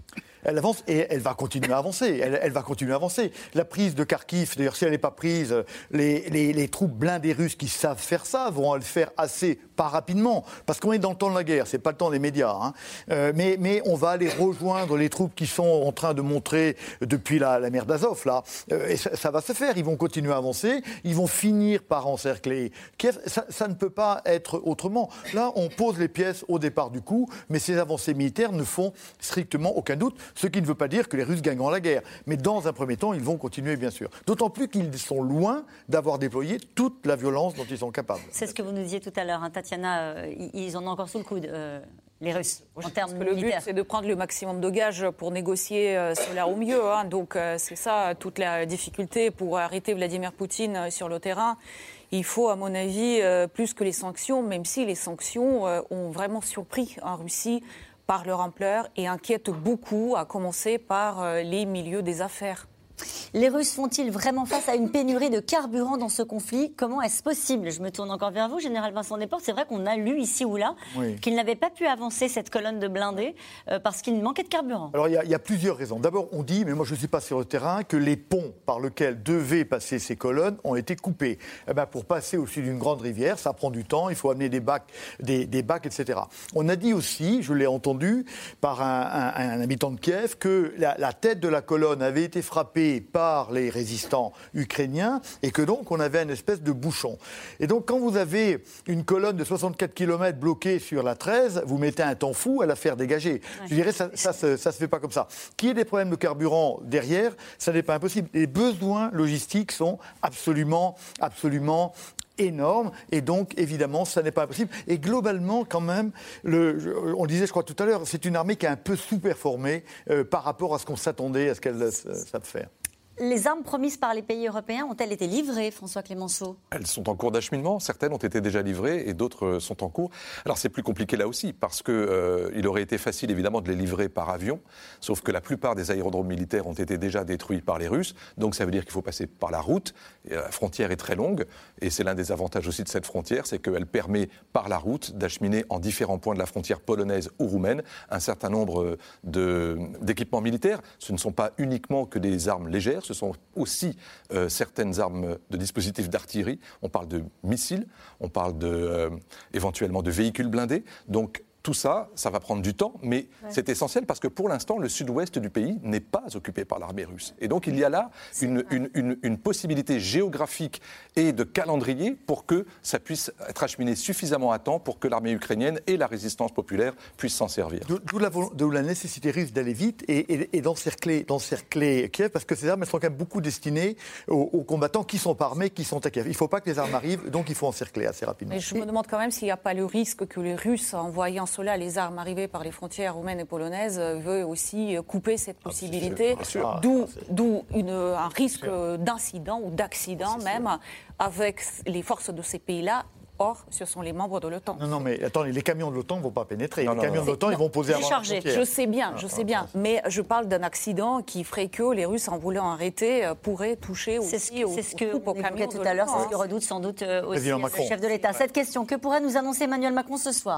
Elle avance et elle va continuer à avancer. Elle, elle va continuer à avancer. La prise de Kharkiv, d'ailleurs, si elle n'est pas prise, les, les, les troupes blindées russes qui savent faire ça vont le faire assez, pas rapidement, parce qu'on est dans le temps de la guerre, c'est pas le temps des médias. Hein. Euh, mais, mais on va aller rejoindre les troupes qui sont en train de montrer depuis la, la mer d'Azov, là. Euh, et ça, ça va se faire. Ils vont continuer à avancer. Ils vont finir par encercler Kiev. Ça, ça ne peut pas être autrement. Là, on pose les pièces au départ du coup, mais ces avancées militaires ne font strictement aucun doute, ce qui ne veut pas dire que les Russes gagneront la guerre. Mais dans un premier temps, ils vont continuer, bien sûr. D'autant plus qu'ils sont loin d'avoir déployé toute la violence dont ils sont capables. C'est ce que vous nous disiez tout à l'heure, hein, Tatiana, euh, ils en ont encore sous le coude, euh, les Russes, en termes militaires. Le but, c'est de prendre le maximum de gages pour négocier euh, cela au mieux. Hein. Donc euh, c'est ça, toute la difficulté pour arrêter Vladimir Poutine euh, sur le terrain. Il faut, à mon avis, euh, plus que les sanctions, même si les sanctions euh, ont vraiment surpris en Russie par leur ampleur et inquiètent beaucoup, à commencer par euh, les milieux des affaires. Les Russes font-ils vraiment face à une pénurie de carburant dans ce conflit ? Comment est-ce possible ? Je me tourne encore vers vous, Général Vincent Desportes. C'est vrai qu'on a lu ici ou là oui. qu'ils n'avaient pas pu avancer cette colonne de blindés euh, parce qu'il manquait de carburant. Alors, il y, y a plusieurs raisons. D'abord, on dit, mais moi je ne suis pas sur le terrain, que les ponts par lesquels devaient passer ces colonnes ont été coupés. Eh ben, pour passer au-dessus d'une grande rivière, ça prend du temps, il faut amener des bacs, des, des bacs, et cetera. On a dit aussi, je l'ai entendu par un, un, un habitant de Kiev, que la, la tête de la colonne avait été frappée par les résistants ukrainiens et que donc on avait une espèce de bouchon. Et donc quand vous avez une colonne de soixante-quatre kilomètres bloquée sur la treize, vous mettez un temps fou à la faire dégager. Ouais. Je dirais ça, ça, ça, ça se fait pas comme ça. Qu'il y ait des problèmes de carburant derrière, ça n'est pas impossible. Les besoins logistiques sont absolument, absolument énorme et donc évidemment ça n'est pas impossible et globalement quand même le, on le disait je crois tout à l'heure, c'est une armée qui est un peu sous-performée euh, par rapport à ce qu'on s'attendait à ce qu'elle savent faire. Les armes promises par les pays européens ont-elles été livrées, François Clémenceau ? Elles sont en cours d'acheminement. Certaines ont été déjà livrées et d'autres sont en cours. Alors c'est plus compliqué là aussi parce qu'il euh, aurait été facile évidemment de les livrer par avion, sauf que la plupart des aérodromes militaires ont été déjà détruits par les Russes. Donc ça veut dire qu'il faut passer par la route. Et la frontière est très longue et c'est l'un des avantages aussi de cette frontière, c'est qu'elle permet par la route d'acheminer en différents points de la frontière polonaise ou roumaine un certain nombre de, d'équipements militaires. Ce ne sont pas uniquement que des armes légères. Ce sont aussi euh, certaines armes de dispositifs d'artillerie. On parle de missiles, on parle de, euh, éventuellement de véhicules blindés. Donc tout ça, ça va prendre du temps, mais ouais. c'est essentiel parce que pour l'instant, le sud-ouest du pays n'est pas occupé par l'armée russe. Et donc il y a là une, une, une, une possibilité géographique et de calendrier pour que ça puisse être acheminé suffisamment à temps pour que l'armée ukrainienne et la résistance populaire puissent s'en servir. D'où la, d'où la nécessité russe d'aller vite et, et, et d'encercler, d'encercler Kiev, parce que ces armes elles sont quand même beaucoup destinées aux, aux combattants qui sont pas armés, qui sont à Kiev. Il ne faut pas que les armes arrivent, donc il faut encercler assez rapidement. Mais je me demande quand même s'il n'y a pas le risque que les Russes, en voyant cela, les armes arrivées par les frontières roumaines et polonaises, veulent aussi couper cette possibilité, ah, d'où, d'où une, un risque d'incident ou d'accident même avec les forces de ces pays-là. Or, ce sont les membres de l'OTAN. Non, non, mais attendez, les camions de l'OTAN ne vont pas pénétrer. Non, les non, camions non. de l'OTAN, ils vont poser avant la frontière. Je sais bien, je sais bien. Mais je parle d'un accident qui ferait que les Russes, en voulant arrêter, pourraient toucher aussi c'est ce, aux, c'est ce que aux camions tout à l'heure, c'est ce que redoute sans doute aussi le chef de l'État. Cette question, que pourrait nous annoncer Emmanuel Macron ce soir ?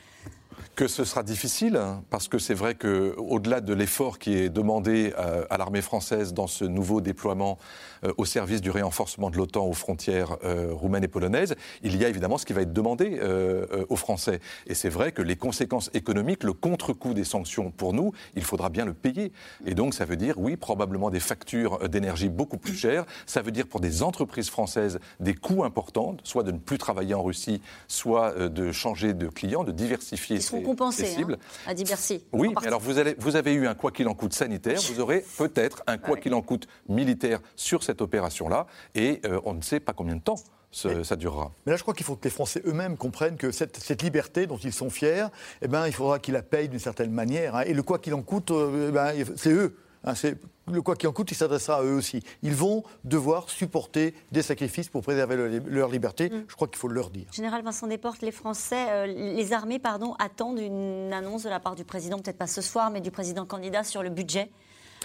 Que ce sera difficile, parce que c'est vrai qu'au-delà de l'effort qui est demandé à l'armée française dans ce nouveau déploiement au service du renforcement de l'OTAN aux frontières roumaines et polonaises, il y a évidemment ce qui va être demandé aux Français. Et c'est vrai que les conséquences économiques, le contre-coup des sanctions pour nous, il faudra bien le payer. Et donc ça veut dire, oui, probablement des factures d'énergie beaucoup plus chères. Ça veut dire pour des entreprises françaises des coûts importants, soit de ne plus travailler en Russie, soit de changer de client, de diversifier ses compensé hein, à Bercy. Oui, mais alors vous, allez, vous avez eu un quoi qu'il en coûte sanitaire, vous aurez peut-être un quoi qu'il en coûte militaire sur cette opération-là, et euh, on ne sait pas combien de temps ce, mais, ça durera. Mais là, je crois qu'il faut que les Français eux-mêmes comprennent que cette, cette liberté dont ils sont fiers, eh ben, il faudra qu'ils la payent d'une certaine manière. Hein, et le quoi qu'il en coûte, euh, ben, c'est eux. Hein, c'est, le quoi qu'il en coûte, il s'adressera à eux aussi. Ils vont devoir supporter des sacrifices pour préserver leur, leur liberté. Mmh. Je crois qu'il faut le leur dire. Général Vincent Desportes, les Français, euh, les armées, pardon, attendent une annonce de la part du président, peut-être pas ce soir, mais du président candidat sur le budget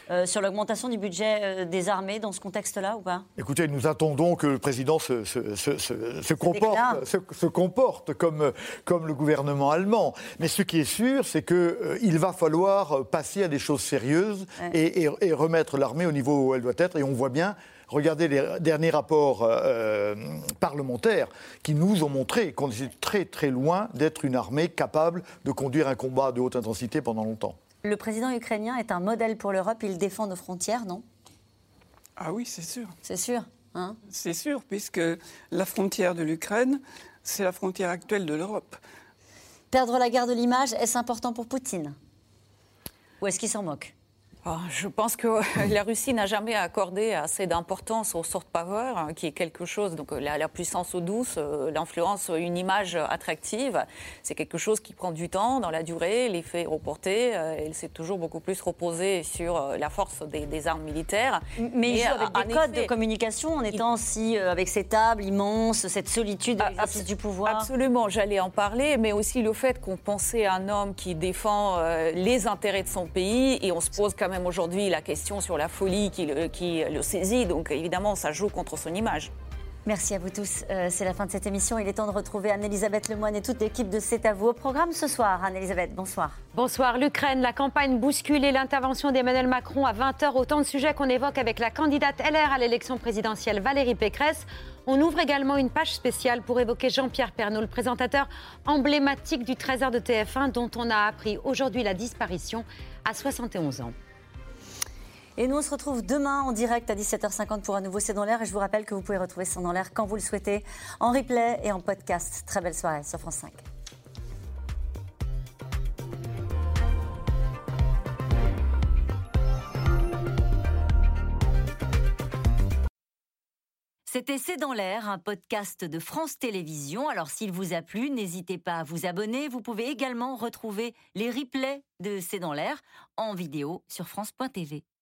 euh, sur l'augmentation du budget euh, des armées dans ce contexte-là ou pas ? Écoutez, nous attendons que le président se, se, se, se, se, comporte, se, se comporte comme, comme le gouvernement allemand. Mais ce qui est sûr, c'est qu'il euh, va falloir passer à des choses sérieuses ouais. et, et, et remettre l'armée au niveau où elle doit être. Et on voit bien... Regardez les derniers rapports euh, parlementaires qui nous ont montré qu'on était très très loin d'être une armée capable de conduire un combat de haute intensité pendant longtemps. Le président ukrainien est un modèle pour l'Europe, il défend nos frontières, non ? Ah oui, c'est sûr. C'est sûr, hein ? C'est sûr, puisque la frontière de l'Ukraine, c'est la frontière actuelle de l'Europe. Perdre la guerre de l'image, est-ce important pour Poutine ? Ou est-ce qu'il s'en moque ? Je pense que la Russie n'a jamais accordé assez d'importance au soft power, hein, qui est quelque chose, donc la, la puissance douce, euh, l'influence, une image attractive. C'est quelque chose qui prend du temps dans la durée, l'effet reporté. Euh, elle s'est toujours beaucoup plus reposée sur euh, la force des, des armes militaires. Mais il joue avec des codes effet, de communication en étant il... si euh, avec ces tables immenses, cette solitude de l'exercice du pouvoir. Absolument, j'allais en parler, mais aussi le fait qu'on pensait à un homme qui défend euh, les intérêts de son pays et on se pose quand même aujourd'hui la question sur la folie qui le, qui le saisit. Donc évidemment, ça joue contre son image. Merci à vous tous. Euh, c'est la fin de cette émission. Il est temps de retrouver Anne-Elisabeth Lemoine et toute l'équipe de C'est à vous. Au programme ce soir, Anne-Elisabeth, bonsoir. Bonsoir. L'Ukraine, la campagne bousculée, l'intervention d'Emmanuel Macron à vingt heures. Autant de sujets qu'on évoque avec la candidate L R à l'élection présidentielle Valérie Pécresse. On ouvre également une page spéciale pour évoquer Jean-Pierre Pernaut, le présentateur emblématique du treize heures de T F un, dont on a appris aujourd'hui la disparition à soixante et onze ans. Et nous, on se retrouve demain en direct à dix-sept heures cinquante pour un nouveau C'est dans l'air. Et je vous rappelle que vous pouvez retrouver C'est dans l'air quand vous le souhaitez, en replay et en podcast. Très belle soirée sur France cinq. C'était C'est dans l'air, un podcast de France Télévisions. Alors s'il vous a plu, n'hésitez pas à vous abonner. Vous pouvez également retrouver les replays de C'est dans l'air en vidéo sur France point T V.